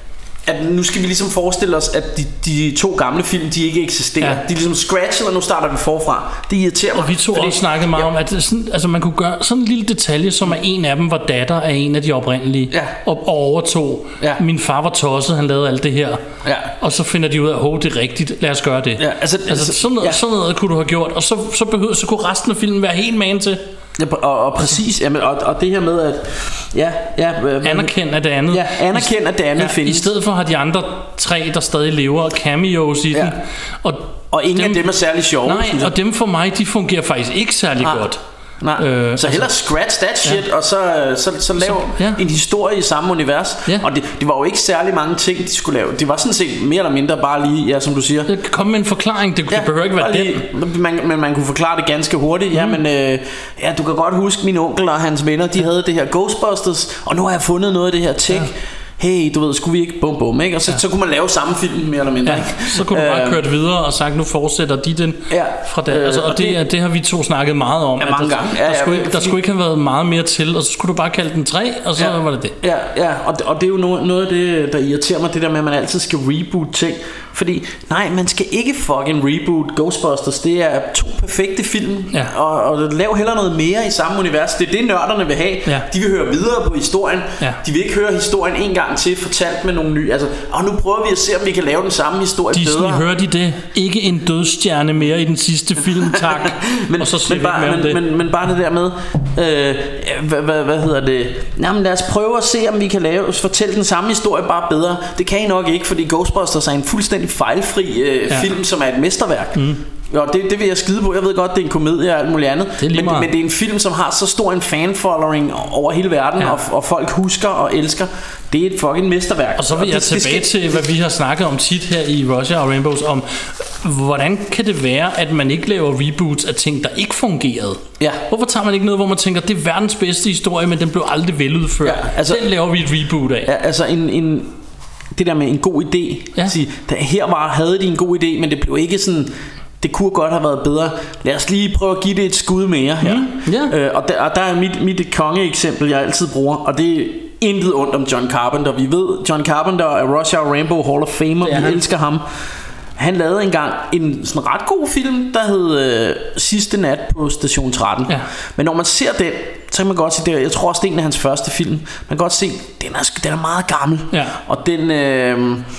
at nu skal vi ligesom forestille os, at de, de to gamle film, de ikke eksisterer. Ja. De er ligesom scratchet, og nu starter vi forfra. Det irriterer mig. Og vi to også snakkede meget ja. om, at sådan, altså man kunne gøre sådan en lille detalje, som at en af dem var datter af en af de oprindelige, ja. og, og overtog. Ja. Min far var tosset, han lavede alt det her. Ja. Og så finder de ud af, at det er rigtigt, lad os gøre det. Ja, altså, altså, sådan, noget, ja. sådan noget kunne du have gjort, og så, så, behøver, så kunne resten af filmen være helt man til. Ja, og, og præcis, jamen, og, og det her med at ja, ja, anerkend at det andet. Ja, anerkend at det andet ja, findes. I stedet for har de andre tre, der stadig lever, cameos i ja. den. Og, og ingen dem, af dem er særlig sjove. Nej, og dem for mig, de fungerer faktisk ikke særlig nej. godt. Nej. Øh, så hellere altså, scratch that shit ja. Og så, så, så lav så, ja. en historie i samme univers ja. Og det, det var jo ikke særlig mange ting de skulle lave. Det var sådan set mere eller mindre bare lige, ja, som du siger, kom med en forklaring. Det, ja, det behøver ikke være lige, det man, Men man kunne forklare det ganske hurtigt. mm. Jamen øh, ja, du kan godt huske min onkel og hans venner, de ja. havde det her Ghostbusters, og nu har jeg fundet noget af det her tech ja. Hey, du ved, skulle vi ikke bum bum, ikke? Og så, ja. så kunne man lave samme film mere eller mindre, ja. ikke? Så kunne du bare øh, kørt videre og sagt, nu fortsætter de den ja. fra der. Altså, og, og det, det, det har vi to snakket meget om. Ja, mange der, gange. Der, ja, der, skulle, ja, der fordi, skulle ikke have været meget mere til, og så skulle du bare kalde den tre, og så ja, var det det. Ja, ja. Og, og det er jo noget, noget af det, der irriterer mig, det der med, at man altid skal reboot ting. Fordi, nej, man skal ikke fucking reboot Ghostbusters. Det er to perfekte film, ja. og, og lav heller noget mere i samme univers. Det er det, nørderne vil have. Ja. De vil høre videre på historien. Ja. De vil ikke høre historien en gang til, fortalt med nogle nye. Altså, og nu prøver vi at se, om vi kan lave den samme historie Disney, bedre. Hører de det? Ikke en dødsstjerne mere i den sidste film, tak. men, og så siger men, bare, men, det. Men, men bare det der med, øh, hvad, hvad, hvad hedder det? Jamen, lad os prøve at se, om vi kan lave, fortælle den samme historie bare bedre. Det kan I nok ikke, fordi Ghostbusters er en fuldstændig fejlfri øh, ja. film, som er et mesterværk. Mm. Ja, det, det vil jeg skide på. Jeg ved godt, det er en komedie og alt muligt andet, det men, men det er en film, som har så stor en fanfollowing over hele verden, ja. og, og folk husker og elsker. Det er et fucking mesterværk. Og så vil og jeg det, tilbage det skal... til, hvad vi har snakket om tit her i Russia og Rainbows, om hvordan kan det være, at man ikke laver reboots af ting, der ikke fungerede? Ja. Hvorfor tager man ikke noget, hvor man tænker, det er verdens bedste historie, men den blev aldrig veludført? Ja, altså, den laver vi et reboot af. Ja, altså en... en det der med en god idé, ja. sige, der, her var, havde de en god idé, men det blev ikke sådan, det kunne godt have været bedre. Lad os lige prøve at give det et skud mere her. Mm, yeah. øh, og, der, og der er mit, mit kongeeksempel, jeg altid bruger, og det er intet ondt om John Carpenter. Vi ved, John Carpenter er Russia og Rainbow Hall of Famer, vi han. elsker ham. Han lavede engang en sådan ret god film, der hed øh, Sidste nat på station tretten. Ja. Men når man ser den, så kan man godt se det. Jeg tror også det er en af hans første film. Man kan godt se, den er den er meget gammel. Ja. Og den øh,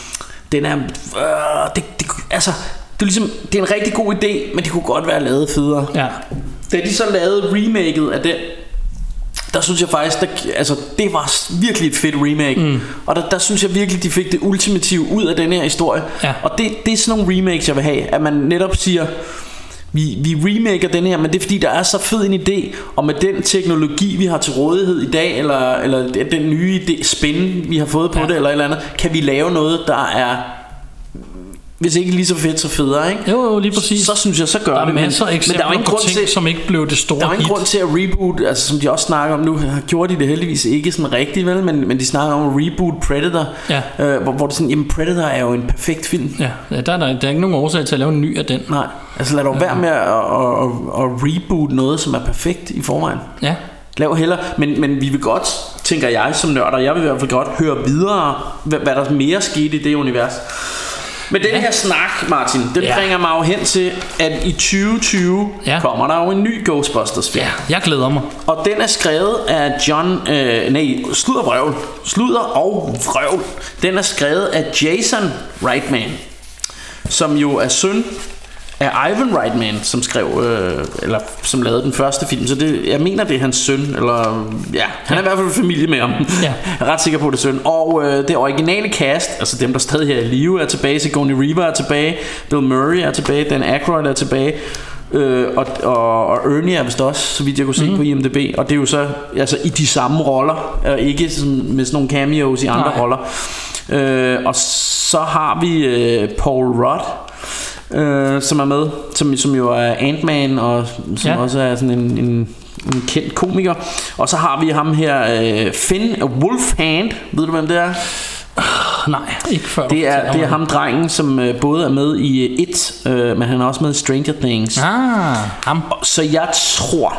den er øh, det, det, altså det er ligesom det er en rigtig god idé, men det kunne godt være lavet federe. Ja. Da de så lavede remaket af den, der synes jeg faktisk der, altså, det var virkelig et fedt remake. mm. Og der, der synes jeg virkelig de fik det ultimative ud af den her historie. Ja. Og det, det er sådan nogle remakes jeg vil have, at man netop siger, vi, vi remaker den her, men det er fordi der er så fed en idé, og med den teknologi vi har til rådighed i dag, eller, eller den nye idé, spin vi har fået på ja. det, eller et eller andet, kan vi lave noget der er, hvis ikke lige så fedt, så federe, ikke? Jo, jo, lige præcis. Så, så synes jeg, så gør der det. Men, men der er ingen grund ting, til, som ikke blev det store hit. Der er ingen grund til at reboot, altså som de også snakker om nu, gjorde de det heldigvis ikke sådan rigtigt, vel? Men, men de snakker om at reboot Predator, ja. øh, hvor, hvor det sådan, jamen Predator er jo en perfekt film. Ja, der, der, der er ikke nogen årsag til at lave en ny af den. Nej, altså lad dog ja. være med at, at, at, at reboot noget, som er perfekt i forvejen. Ja. Lav heller, men, men vi vil godt, tænker jeg som nørder, jeg vil i hvert fald godt høre videre, hvad, hvad der mere skete i det univers. Men den her snak, Martin, den ja. bringer mig jo hen til, at i tyve tyve ja. kommer der jo en ny Ghostbusters film. Ja, jeg glæder mig. Og den er skrevet af John, øh, nej, sludder vrøvl, sludder og vrøvl. Den er skrevet af Jason Reitman, som jo er søn af Ivan Reitman, som skrev øh, eller som lavede den første film. Så det, jeg mener det er hans søn, eller ja, han er i hvert fald familie med ham. Ja. Jeg er ret sikker på det er søn. Og øh, det originale cast, altså dem der stadig her i live er tilbage, Sigourney Weaver er tilbage, Bill Murray er tilbage, Dan Aykroyd er tilbage, øh, og, og, og Ernie er vist også, så vidt jeg kunne se mm. på I M D B. Og det er jo så altså i de samme roller, og ikke sådan, med sådan nogle cameos i andre Nej. roller. øh, Og så har vi øh, Paul Rudd, Øh, som er med, som, som jo er Ant-Man, og som ja. også er sådan en, en, en kendt komiker. Og så har vi ham her, øh, Finn Wolfhand. Ved du hvem det er? Uh, nej, ikke før. Det er, det er ham drengen, som øh, både er med i It, øh, men han er også med i Stranger Things. Ah, ham. Så jeg tror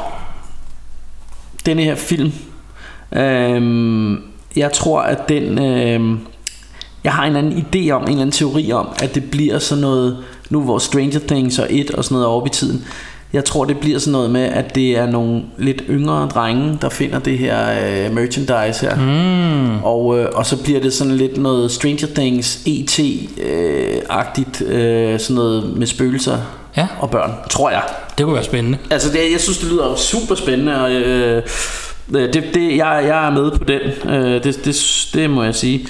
denne her film, øh, jeg tror at den øh, Jeg har en anden idé om, en eller anden teori om, at det bliver sådan noget, nu hvor Stranger Things og It og sådan noget er oppe i tiden. Jeg tror det bliver sådan noget med, at det er nogle lidt yngre drenge, der finder det her øh, merchandise her. mm. og, øh, og så bliver det sådan lidt noget Stranger Things E T-agtigt, øh, sådan noget med spøgelser, ja, og børn, tror jeg. Det kunne være spændende. Altså det, jeg synes det lyder super spændende, og øh, det, det, jeg, jeg er med på den, øh, det, det, det må jeg sige.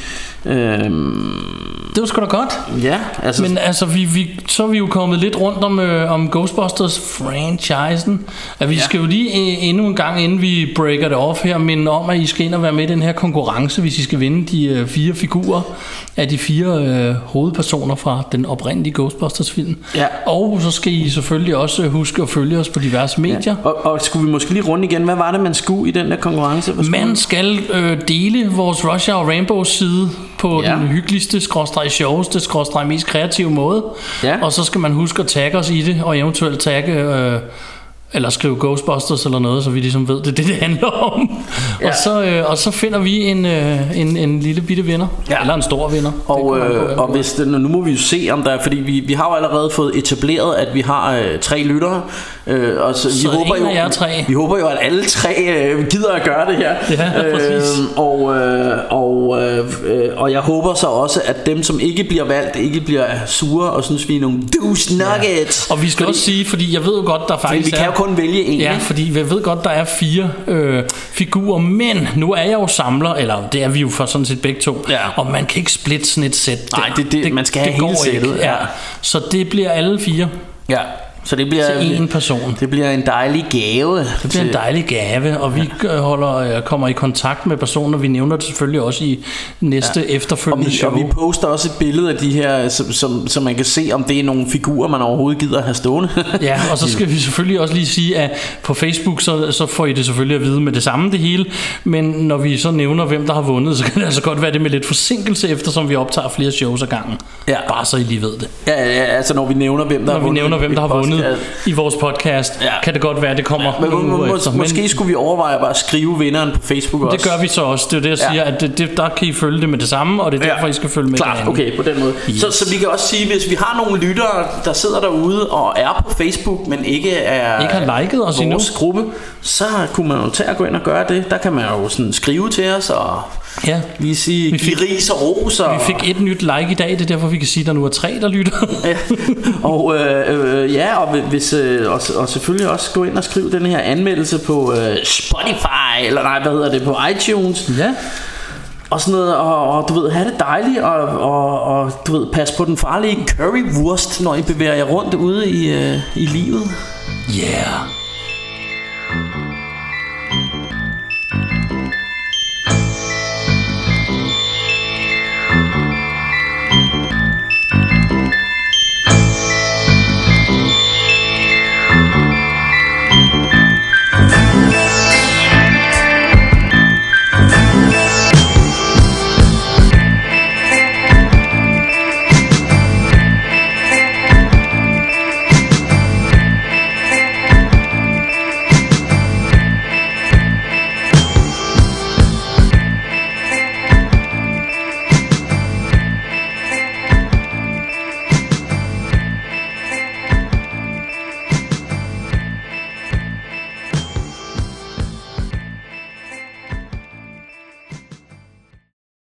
Øhm, det var sgu da godt. Ja, altså. Men altså vi, vi, så er vi jo kommet lidt rundt om, øh, om Ghostbusters franchisen. At vi ja. skal jo lige øh, endnu en gang, inden vi breaker det off her, minde om, at I skal ind og være med i den her konkurrence, hvis I skal vinde de øh, fire figurer af de fire øh, hovedpersoner fra den oprindelige Ghostbusters film. Ja. Og så skal I selvfølgelig også huske at følge os på diverse medier. Ja. Og, og skulle vi måske lige runde igen, hvad var det man skulle i den der konkurrence? Man skal øh, dele vores Rush Hour Rainbow side på ja. den hyggeligste, skråstreg sjoveste, skråstreg mest kreative måde. Ja. Og så skal man huske at tagge os i det, og eventuelt tagge øh, eller skrive Ghostbusters eller noget, så vi ligesom ved, det er det, det handler om. Ja. Og, så, øh, og så finder vi en, øh, en, en lille bitte vinder, ja. eller en stor vinder. Og, øh, og hvis det, nu må vi jo se, om der er, fordi vi, vi har jo allerede fået etableret, at vi har øh, tre lyttere. Øh, og så, så vi håber jo, jer tre. Vi håber jo, at alle tre øh, gider at gøre det her. Ja, præcis. Øh, og, øh, og, øh, og jeg håber så også, at dem, som ikke bliver valgt, ikke bliver sure og synes, vi er nogle douche nuggets. Ja. Og vi skal fordi, også sige, fordi jeg ved jo godt, der faktisk vi kan er, jo kun vælge en. Ja, fordi vi ved godt, der er fire øh, figurer, men nu er jeg jo samler, eller det er vi jo for sådan set begge to, ja. og man kan ikke splitte sådan et sæt. Nej, det, det, det, man skal have det hele sættet. Ja. Så det bliver alle fire. Ja. Så det bliver til en person. Det bliver en dejlig gave. Det bliver til, en dejlig gave, og vi ja. holder kommer i kontakt med personer. Vi nævner det selvfølgelig også i næste ja. efterfølgende og vi, show. Og vi poster også et billede af de her, som, som, så man kan se, om det er nogle figurer, man overhovedet gider at have stående. Ja, og så skal vi selvfølgelig også lige sige, at på Facebook så, så får I det selvfølgelig at vide med det samme det hele. Men når vi så nævner, hvem der har vundet, så kan det altså godt være det med lidt forsinkelse, eftersom vi optager flere shows ad gangen. Ja. Bare så I lige ved det. Ja, ja, altså når vi nævner, hvem der når har vi vundet. nævner, hvem der har vundet i vores podcast, ja. kan det godt være, at det kommer ja, men, nogle uger efter. Måske men, skulle vi overveje bare at skrive vinderen på Facebook også. Det gør vi så også. Det er det, jeg siger, ja. at det, det, der kan I følge det med det samme, og det er derfor, ja. I skal følge med. Klart, okay, på den måde. Yes. Så, så vi kan også sige, hvis vi har nogle lyttere, der sidder derude og er på Facebook, men ikke er ikke har liket os vores endnu. gruppe, så kunne man jo tage at gå ind og gøre det. Der kan man jo sådan skrive til os og ja. lige sige, vi fik, ris og ros. Og vi fik et nyt like i dag, det er derfor, vi kan sige, at der nu er tre, der lytter. ja. Og øh, øh, ja, og hvis øh, og, og selvfølgelig også gå ind og skrive den her anmeldelse på øh, Spotify, eller nej, hvad hedder det, på iTunes. Ja. Og sådan noget, og, og du ved, have det dejligt, og, og, og du ved, pas på den farlige currywurst, når I bevæger jer rundt ude i, øh, i livet. Yeah.